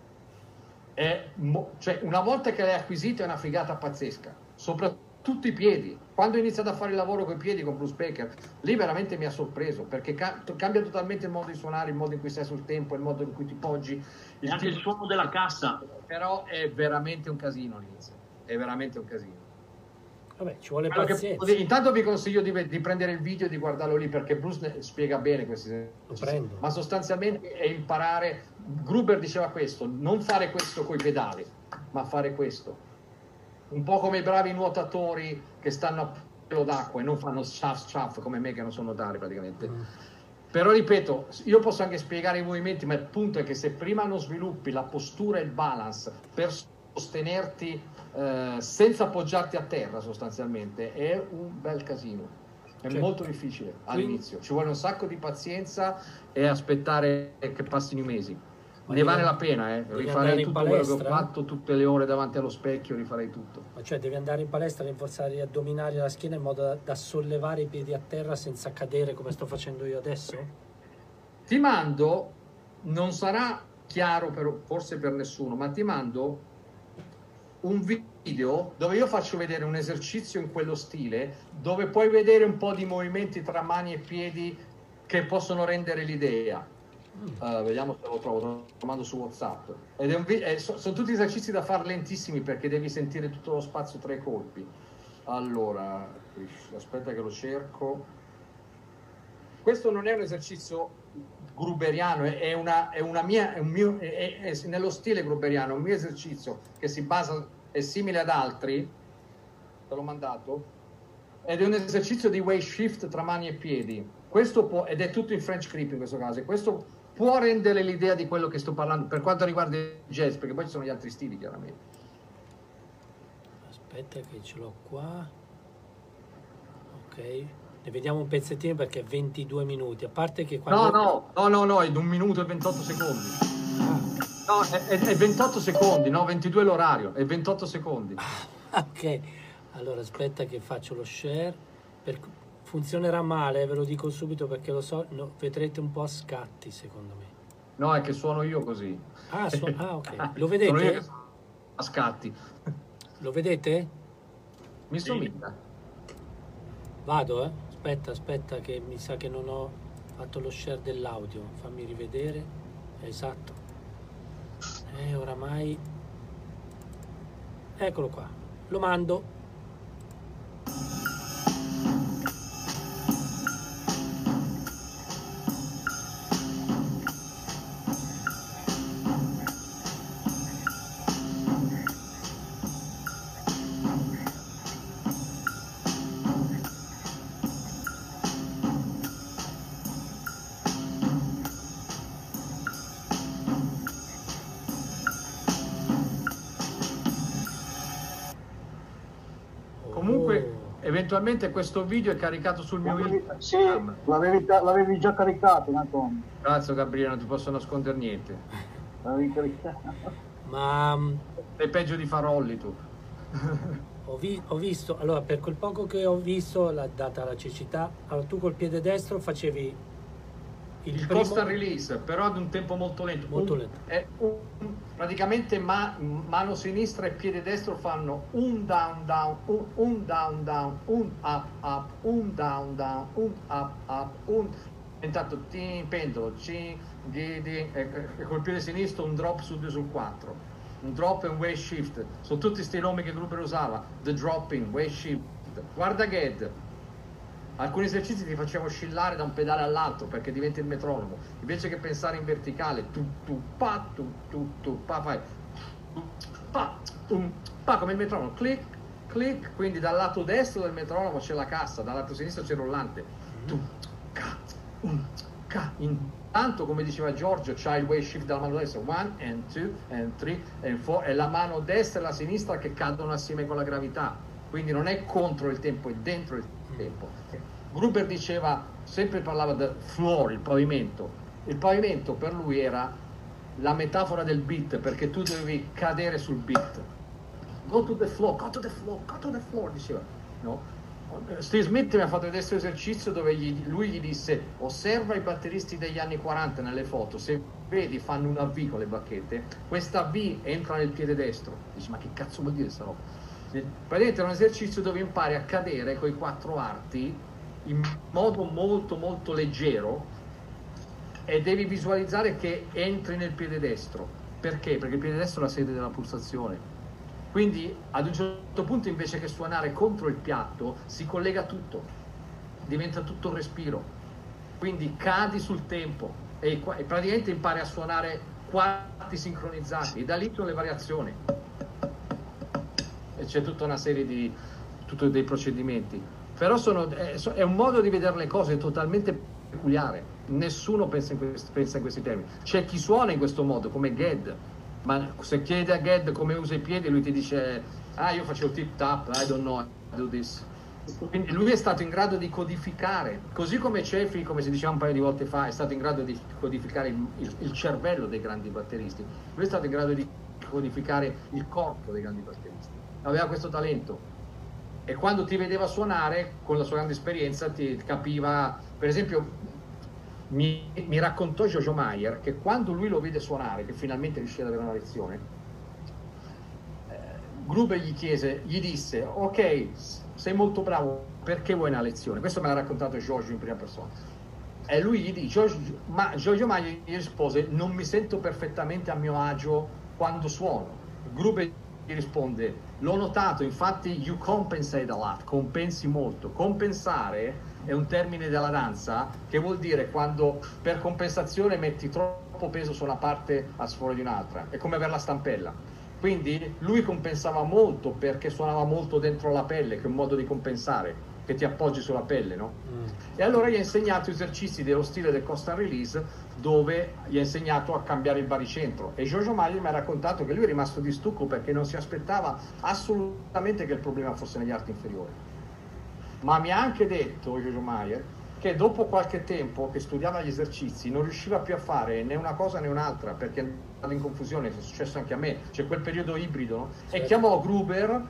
È mo- cioè, una volta che l'hai acquisito è una figata pazzesca, soprattutto i piedi. Quando ho iniziato a fare il lavoro con i piedi con Bruce Baker, lì veramente mi ha sorpreso, perché ca- cambia totalmente il modo di suonare, il modo in cui sei sul tempo, il modo in cui ti poggi, E anche il tipo- suono della cassa. però è veramente un casino all'inizio, è veramente un casino. Vabbè, ci vuole Quello che- pazienza. intanto vi consiglio di, ve- di prendere il video e di guardarlo lì, perché Bruce ne- spiega bene questi esercizi. prendo. Ma sostanzialmente è imparare. Gruber diceva questo: non fare questo coi pedali, ma fare questo, un po' come i bravi nuotatori che stanno a pelo d'acqua e non fanno sciaff sciaff come me, che non so nuotare praticamente. Mm. Però ripeto, io posso anche spiegare i movimenti, ma il punto è che se prima non sviluppi la postura e il balance per sostenerti eh, senza appoggiarti a terra, sostanzialmente è un bel casino, è Certo. molto difficile all'inizio, ci vuole un sacco di pazienza e aspettare che passino i mesi. Ma Ne devi- vale la pena, eh. devi andare Rifarei in tutto quello che ho palestra? fatto tutte le ore davanti allo specchio, rifarei tutto. Ma cioè devi andare in palestra a rinforzare gli addominali e la schiena in modo da, da sollevare i piedi a terra senza cadere come sto facendo io adesso? Ti mando, non sarà chiaro per, forse per nessuno, ma ti mando un video dove io faccio vedere un esercizio in quello stile, dove puoi vedere un po' di movimenti tra mani e piedi che possono rendere l'idea. Uh, vediamo se lo trovo, te lo mando su WhatsApp. Ed è un vi- è- so- sono tutti esercizi da fare lentissimi, perché devi sentire tutto lo spazio tra i colpi. Allora, aspetta che lo cerco. Questo non è un esercizio gruberiano, è, è una, è una mia, è un mio, è, è- è nello stile gruberiano, è un mio esercizio che si basa, è simile ad altri, te l'ho mandato, ed è un esercizio di weight shift tra mani e piedi. Questo può, ed è tutto in French grip in questo caso, e questo può rendere l'idea di quello che sto parlando per quanto riguarda il jazz, perché poi ci sono gli altri stili chiaramente. Aspetta che ce l'ho qua. Ok. Ne vediamo un pezzettino perché è ventidue minuti. A parte che No, quando... no, no, no, no, è di un minuto e ventotto secondi. No, è, è- è ventotto secondi, no, ventidue l'orario, è ventotto secondi. Ok. Allora aspetta che faccio lo share. Per... Funzionerà male, ve lo dico subito perché lo so, no, vedrete un po' a scatti secondo me. No, è che suono io così. Ah, su... ah ok. Lo Sono io vedete? che suono a scatti. Lo vedete? Mi somiglia. Vado, eh. Aspetta, aspetta che mi sa che non ho fatto lo share dell'audio. Fammi rivedere. Esatto. Eh, oramai... Eccolo qua. Lo mando. Eventualmente questo video è caricato sul mio L'avevi- Instagram. Sì, l'avevi, l'avevi già caricato, Antonio. Grazie Gabriele, non ti posso nascondere niente. L'avevi caricato. Ma mh, Sei peggio di Farolli tu. ho, vi- ho visto, allora per quel poco che ho visto, la, data la cecità, allora tu col piede destro facevi il, Il primo... constant release, però ad un tempo molto lento. Molto Un- lento. è un- praticamente ma- mano sinistra e piede destro fanno un down down, un, un down down, un up up, un down down, un up up, un... Intanto ti pendolo, ci, di, di, e, e col piede sinistro un drop su due sul quattro, un drop e un way shift, sono tutti sti nomi che Gruber usava, the dropping, way shift. Guarda Ged, alcuni esercizi ti facevano oscillare da un pedale all'altro perché diventa il metronomo, invece che pensare in verticale, tu tu pa tu tu tu pa fai tu, pa tum, pa come il metronomo, click click, quindi dal lato destro del metronomo c'è la cassa, dal lato sinistro c'è il rollante, tu ca un ca. Intanto, come diceva Giorgio, c'ha il way shift dalla mano destra, one and two and three and four, e la mano destra e la sinistra che cadono assieme con la gravità, quindi non è contro il tempo, è dentro il tempo. Gruber diceva, sempre parlava del floor, il pavimento. Il pavimento per lui era la metafora del beat, perché tu dovevi cadere sul beat. Go to the floor, go to the floor, go to the floor, diceva. No? Steve Smith mi ha fatto vedere questo esercizio dove gli, lui gli disse: osserva i batteristi degli anni quaranta nelle foto, se vedi fanno una V con le bacchette, questa V entra nel piede destro. Dici, ma che cazzo vuol dire sta roba? Praticamente è un esercizio dove impari a cadere con i quattro arti in modo molto molto leggero e devi visualizzare che entri nel piede destro. Perché? Perché il piede destro è la sede della pulsazione. Quindi ad un certo punto, invece che suonare contro il piatto, si collega tutto, diventa tutto un respiro. Quindi cadi sul tempo e, e praticamente impari a suonare quarti sincronizzati, e da lì sono le variazioni. E c'è tutta una serie di tutti dei procedimenti. Però sono, è, è un modo di vedere le cose totalmente peculiare. Nessuno pensa in, questi, pensa in questi termini. C'è chi suona in questo modo, come Ged. Ma se chiedi a Ged come usa i piedi, lui ti dice: ah, io facevo tip tap, I don't know, I do this. Quindi lui è stato in grado di codificare, così come Cefi, come si diceva un paio di volte fa, è stato in grado di codificare il, il, il cervello dei grandi batteristi. Lui è stato in grado di codificare il corpo dei grandi batteristi. Aveva questo talento. E quando ti vedeva suonare, con la sua grande esperienza, ti capiva. Per esempio, Mi, mi raccontò Jojo Mayer che quando lui lo vede suonare, che finalmente riuscì ad avere una lezione, eh, Gruber gli chiese, gli disse: ok, sei molto bravo, perché vuoi una lezione? Questo me l'ha raccontato Jojo in prima persona. E lui gli dice, ma Jojo Mayer gli rispose: non mi sento perfettamente a mio agio quando suono. Gruber gli risponde: l'ho notato, infatti you compensate a lot, compensi molto. Compensare è un termine della danza che vuol dire quando per compensazione metti troppo peso su una parte a sforo di un'altra, è come avere la stampella. Quindi lui compensava molto perché suonava molto dentro la pelle, che è un modo di compensare, che ti appoggi sulla pelle, no? Mm. E allora gli ha insegnato esercizi dello stile del constant release, dove gli ha insegnato a cambiare il baricentro. E Jojo Mayer mi ha raccontato che lui è rimasto di stucco perché non si aspettava assolutamente che il problema fosse negli arti inferiori. Ma mi ha anche detto Jojo Mayer che dopo qualche tempo che studiava gli esercizi non riusciva più a fare né una cosa né un'altra, perché è andato in confusione, è successo anche a me, c'è quel periodo ibrido, no? E chiamò Gruber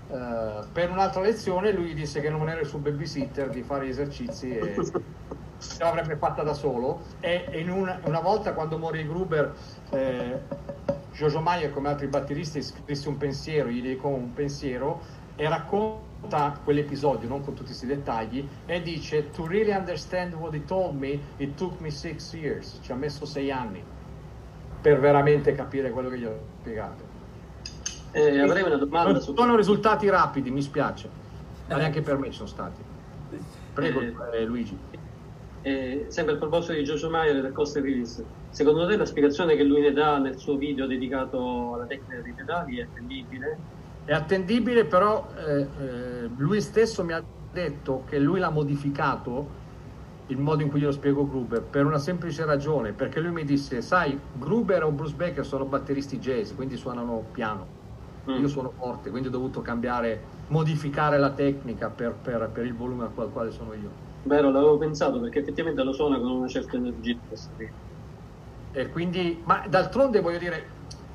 eh, per un'altra lezione lui gli disse che non era il suo babysitter di fare gli esercizi e se l'avrebbe fatta da solo. E, e in una, una volta quando morì Gruber, eh, Jojo Mayer come altri batteristi scrisse un pensiero, gli dedicò un pensiero e racconta quell'episodio, non con tutti questi dettagli, e dice: to really understand what he told me it took me six years, ci ha messo sei anni per veramente capire quello che gli ho spiegato. Eh, avrei una domanda. Non su... sono risultati rapidi, mi spiace, ma neanche per me sono stati. Prego, Eh, eh, Luigi. Eh, sempre a proposito di Jojo Mayer e del cost release, secondo te la spiegazione che lui ne dà nel suo video dedicato alla tecnica dei pedali è attendibile? È attendibile, però eh, eh, lui stesso mi ha detto che lui l'ha modificato il modo in cui glielo spiego Gruber per una semplice ragione, perché lui mi disse: sai, Gruber o Bruce Baker sono batteristi jazz, quindi suonano piano, Mm. io suono forte, quindi ho dovuto cambiare, modificare la tecnica per, per, per il volume al quale sono io. Vero, l'avevo pensato perché effettivamente lo suona con una certa energia questo qui. E quindi, ma d'altronde voglio dire,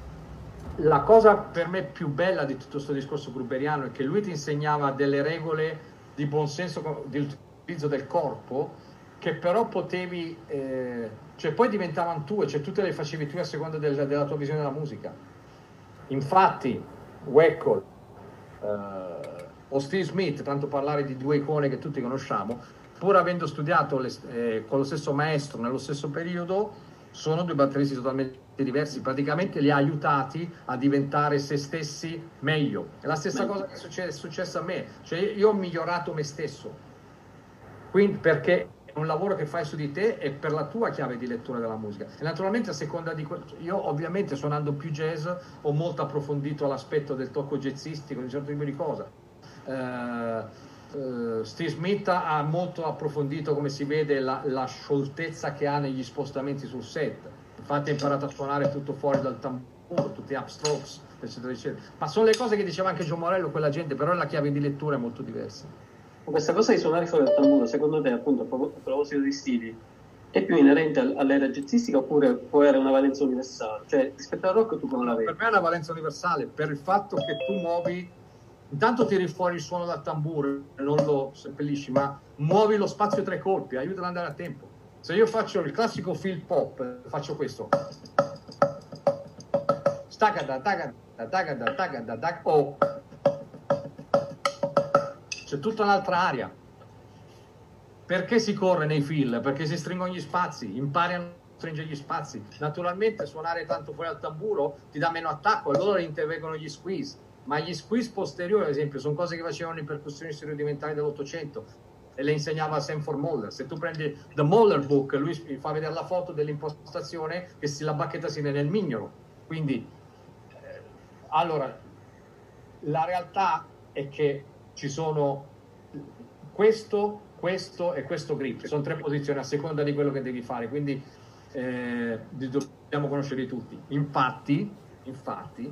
la cosa per me più bella di tutto questo discorso gruberiano è che lui ti insegnava delle regole di buonsenso di utilizzo del corpo, che però potevi, eh, cioè poi diventavano tue, cioè tu te le facevi tu a seconda del, della tua visione della musica. Infatti Wackel eh, o Steve Smith, tanto parlare di due icone che tutti conosciamo, pur avendo studiato le, eh, con lo stesso maestro nello stesso periodo, sono due batteristi totalmente diversi, praticamente li ha aiutati a diventare se stessi meglio. È la stessa cosa che è succe- è successa a me, cioè io ho migliorato me stesso, quindi perché è un lavoro che fai su di te e per la tua chiave di lettura della musica. E naturalmente a seconda di que- io ovviamente suonando più jazz ho molto approfondito l'aspetto del tocco jazzistico, di un certo tipo di cosa. Uh, Uh, Steve Smith ha molto approfondito, come si vede, la, la scioltezza che ha negli spostamenti sul set. Infatti ha imparato a suonare tutto fuori dal tamburo, tutti upstrokes, eccetera eccetera. Ma sono le cose che diceva anche Gio Morello, quella gente, però la chiave di lettura è molto diversa. Questa cosa di suonare fuori dal tamburo, secondo te, appunto, a pro- a proposito di stili, è più inerente al- all'era jazzistica oppure può avere una valenza universale? Cioè, rispetto al rock tu come la vedi? Per me è una valenza universale, per il fatto che tu muovi, intanto tiri fuori il suono dal tamburo, non lo seppellisci, ma muovi lo spazio tra i colpi, aiuta ad andare a tempo. Se io faccio il classico field pop, faccio questo. Stacada, tagada, tagada, tagada, tagada, oh. C'è tutta un'altra aria. Perché si corre nei fill? Perché si stringono gli spazi, impari a stringere gli spazi. Naturalmente suonare tanto fuori dal tamburo ti dà meno attacco, allora intervengono gli squeeze. Ma gli squeeze posteriori, ad esempio, sono cose che facevano i percussionisti rudimentali dell'Ottocento e le insegnava Sanford Moller. Se tu prendi The Moller Book, lui fa vedere la foto dell'impostazione che si, la bacchetta si vede nel mignolo. Quindi, eh, allora, la realtà è che ci sono questo, questo e questo grip. Sono tre posizioni a seconda di quello che devi fare, quindi eh, dobbiamo conoscerli tutti. Infatti, infatti,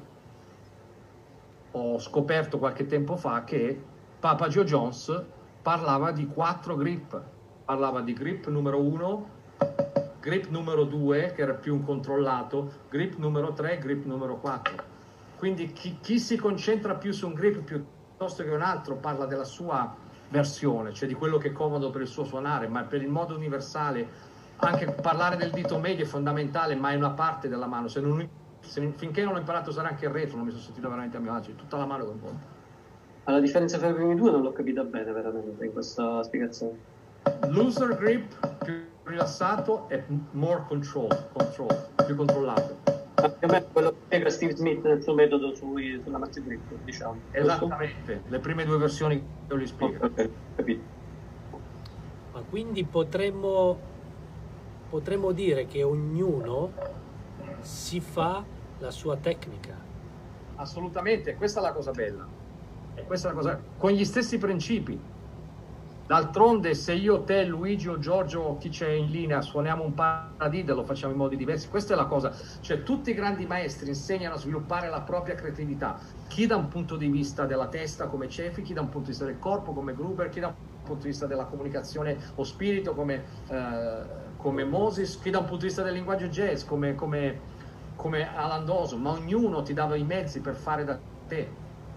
ho scoperto qualche tempo fa che Papa Joe Jones parlava di quattro grip, parlava di grip numero uno, grip numero due che era più un controllato, grip numero tre, grip numero quattro. Quindi chi, chi si concentra più su un grip piuttosto che un altro parla della sua versione, cioè di quello che è comodo per il suo suonare, ma per il modo universale anche parlare del dito medio è fondamentale, ma è una parte della mano. Se non Se, finché non ho imparato a usare anche il retro non mi sono sentito veramente a mio agio, tutta la mano coinvolta. La differenza tra i primi due non l'ho capita bene veramente in questa spiegazione. Looser grip più rilassato e more control, control più controllato. Anche a me quello che spiega Steve Smith nel suo metodo sui, sulla Maxi Grip, diciamo. Esattamente, le prime due versioni che io gli spiego. Ok, capito. Ma quindi potremmo, potremmo dire che ognuno si fa la sua tecnica. Assolutamente, questa è la cosa bella. E questa è la cosa, con gli stessi principi. D'altronde, se io, te, Luigi o Giorgio o chi c'è in linea suoniamo un paradiddle, lo facciamo in modi diversi. Questa è la cosa. Cioè, tutti i grandi maestri insegnano a sviluppare la propria creatività. Chi da un punto di vista della testa come Cefi, chi da un punto di vista del corpo come Gruber, chi da un punto di vista della comunicazione o spirito come, eh, come Moses, chi da un punto di vista del linguaggio jazz come, come, come Alan Dawson, ma ognuno ti dava i mezzi per fare da te.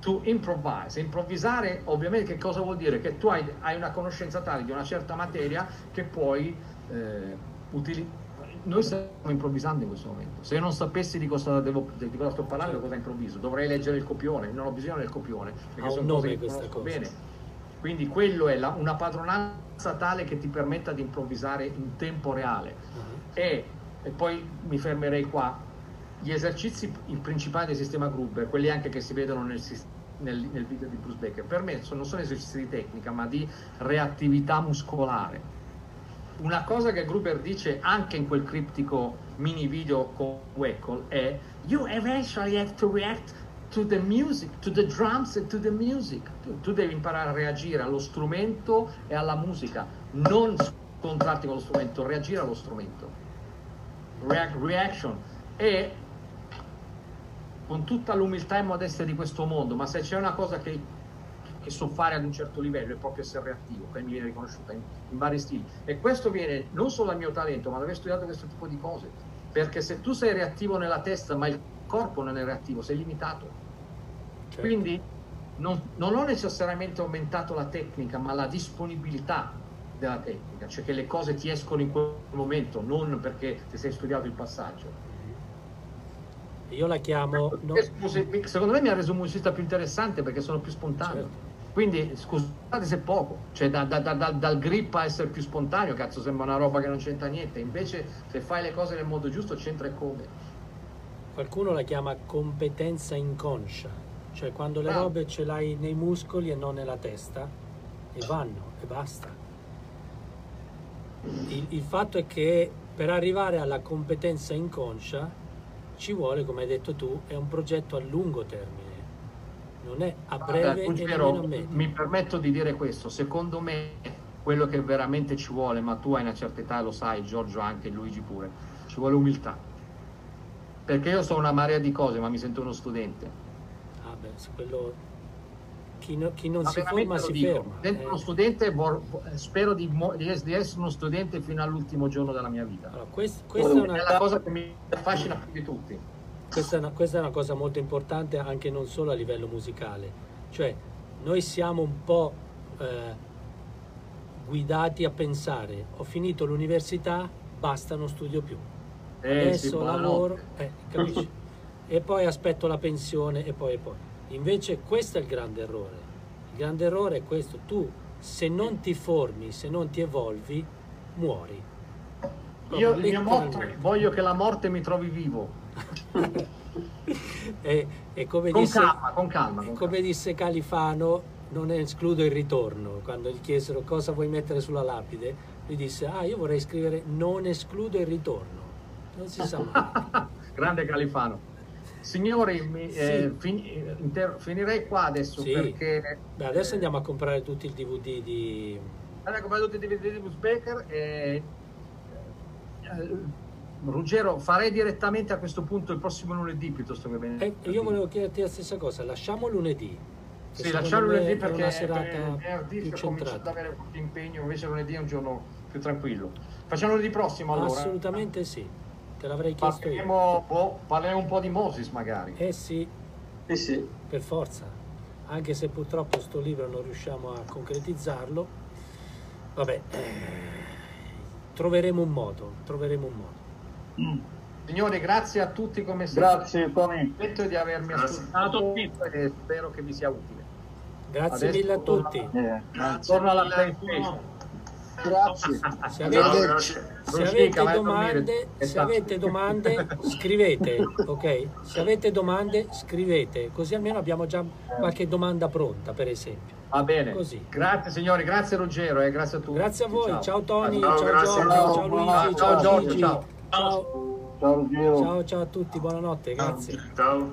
to improvise. Improvvisare ovviamente che cosa vuol dire? Che tu hai, hai una conoscenza tale di una certa materia che puoi eh, utilizzare. Noi stiamo improvvisando in questo momento. Se io non sapessi di cosa, devo, di cosa sto parlando, cosa improvviso, dovrei leggere il copione. Non ho bisogno del copione perché Ha sono un cose nome che questa conosco cosa. bene. Quindi quello è la, una padronanza tale che ti permetta di improvvisare in tempo reale. Uh-huh. E, e poi mi fermerei qua. Gli esercizi principali del sistema Gruber, quelli anche che si vedono nel, nel, nel video di Bruce Becker, per me sono, non sono esercizi di tecnica ma di reattività muscolare. Una cosa che Gruber dice anche in quel criptico mini video con Wackel è you eventually have to react to the music, to the drums and to the music. Tu, tu devi imparare a reagire allo strumento e alla musica, non scontrarti con lo strumento, reagire allo strumento. React, reaction. E con tutta l'umiltà e modestia di questo mondo, ma se c'è una cosa che che so fare ad un certo livello è proprio essere reattivo, che mi viene riconosciuta in, in vari stili, e questo viene non solo dal mio talento ma da aver studiato questo tipo di cose, perché se tu sei reattivo nella testa ma il corpo non è reattivo, sei limitato. Certo. Quindi non, non ho necessariamente aumentato la tecnica ma la disponibilità della tecnica, cioè che le cose ti escono in quel momento, non perché ti sei studiato il passaggio. Io la chiamo no. Secondo me mi ha reso un musicista più interessante perché sono più spontaneo. Certo. Quindi scusate se poco, cioè da, da, da, dal grip a essere più spontaneo, cazzo, sembra una roba che non c'entra niente, invece se fai le cose nel modo giusto c'entra e come. Qualcuno la chiama competenza inconscia, cioè quando le ah. robe ce l'hai nei muscoli e non nella testa e vanno e basta. Il, il fatto è che per arrivare alla competenza inconscia ci vuole, come hai detto tu, è un progetto a lungo termine. Non è a breve Guarda, e nemmeno a medio. Mi permetto di dire questo, secondo me quello che veramente ci vuole, ma tu hai una certa età e lo sai, Giorgio anche, Luigi pure, ci vuole umiltà, perché io so una marea di cose ma mi sento uno studente. Ah beh, su quello chi, no, chi non ma si forma si dico, ferma. Dentro eh. uno studente vor, spero di, di essere uno studente fino all'ultimo giorno della mia vita. Allora, quest, questa è, una... è la cosa che mi affascina più di tutti. Questa è, una, questa è una cosa molto importante anche non solo a livello musicale, cioè noi siamo un po' eh, guidati a pensare ho finito l'università, basta, non studio più, eh, adesso sì, lavoro, eh, capisci? E poi aspetto la pensione e poi e poi. Invece questo è il grande errore, il grande errore è questo, tu se non ti formi, se non ti evolvi, muori. Io il mio motto è voglio che la morte mi trovi vivo. e, e come con, disse, calma, con calma, con come calma. disse Califano, non escludo il ritorno. Quando gli chiesero cosa vuoi mettere sulla lapide, lui disse ah io vorrei scrivere non escludo il ritorno, non si sa mai. Grande Califano. Signori, mi, sì. eh, fin, inter, finirei qua adesso, sì. Perché beh, adesso andiamo a comprare tutti il D V D di andiamo a comprare tutti i D V D di Bruce Becker e eh, Ruggero, farei direttamente a questo punto il prossimo lunedì piuttosto che venerdì. Eh, io volevo chiederti la stessa cosa, lasciamo lunedì. Sì, lasciamo lunedì perché è una serata venerdì più comincia ad avere qualche impegno, invece lunedì è un giorno più tranquillo. Facciamo lunedì prossimo allora? Assolutamente sì, te l'avrei chiesto parleremo, io. Oh, parleremo un po' di Moses magari. Eh sì, eh sì, per forza, anche se purtroppo sto libro non riusciamo a concretizzarlo, vabbè, eh, troveremo un modo, troveremo un modo. Mm. Signori, grazie a tutti come sempre. Grazie Tony. Spero di avermi ascoltato e spero che vi sia utile. Grazie Adesso mille a tutti. Eh, torno alla PlayStation. Grazie. Se avete, Ciao, se avete domande, se avete domande scrivete, ok? Se avete domande scrivete, così almeno abbiamo già qualche domanda pronta, per esempio. Va bene. Così. Grazie signori, grazie Ruggero e eh, grazie a tutti. Grazie a voi, ciao, ciao Tony, ciao, ciao grazie, Giorgio, ciao, ciao Luigi, ciao, ciao Giorgio, Gigi. ciao. Ciao. Ciao Ruggero. Ciao, ciao a tutti, buonanotte, grazie. Ciao.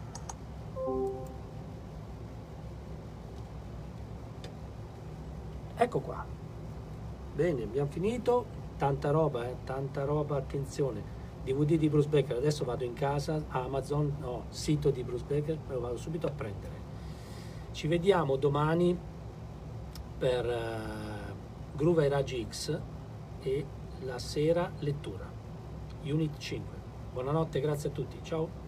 Ecco qua. Bene, abbiamo finito. Tanta roba, eh? Tanta roba, attenzione. D V D di Bruce Becker, adesso vado in casa, Amazon, no, sito di Bruce Becker, me lo vado subito a prendere. Ci vediamo domani per uh, Groove ai Raggi X e la sera lettura. Unit cinque. Buonanotte, grazie a tutti, ciao.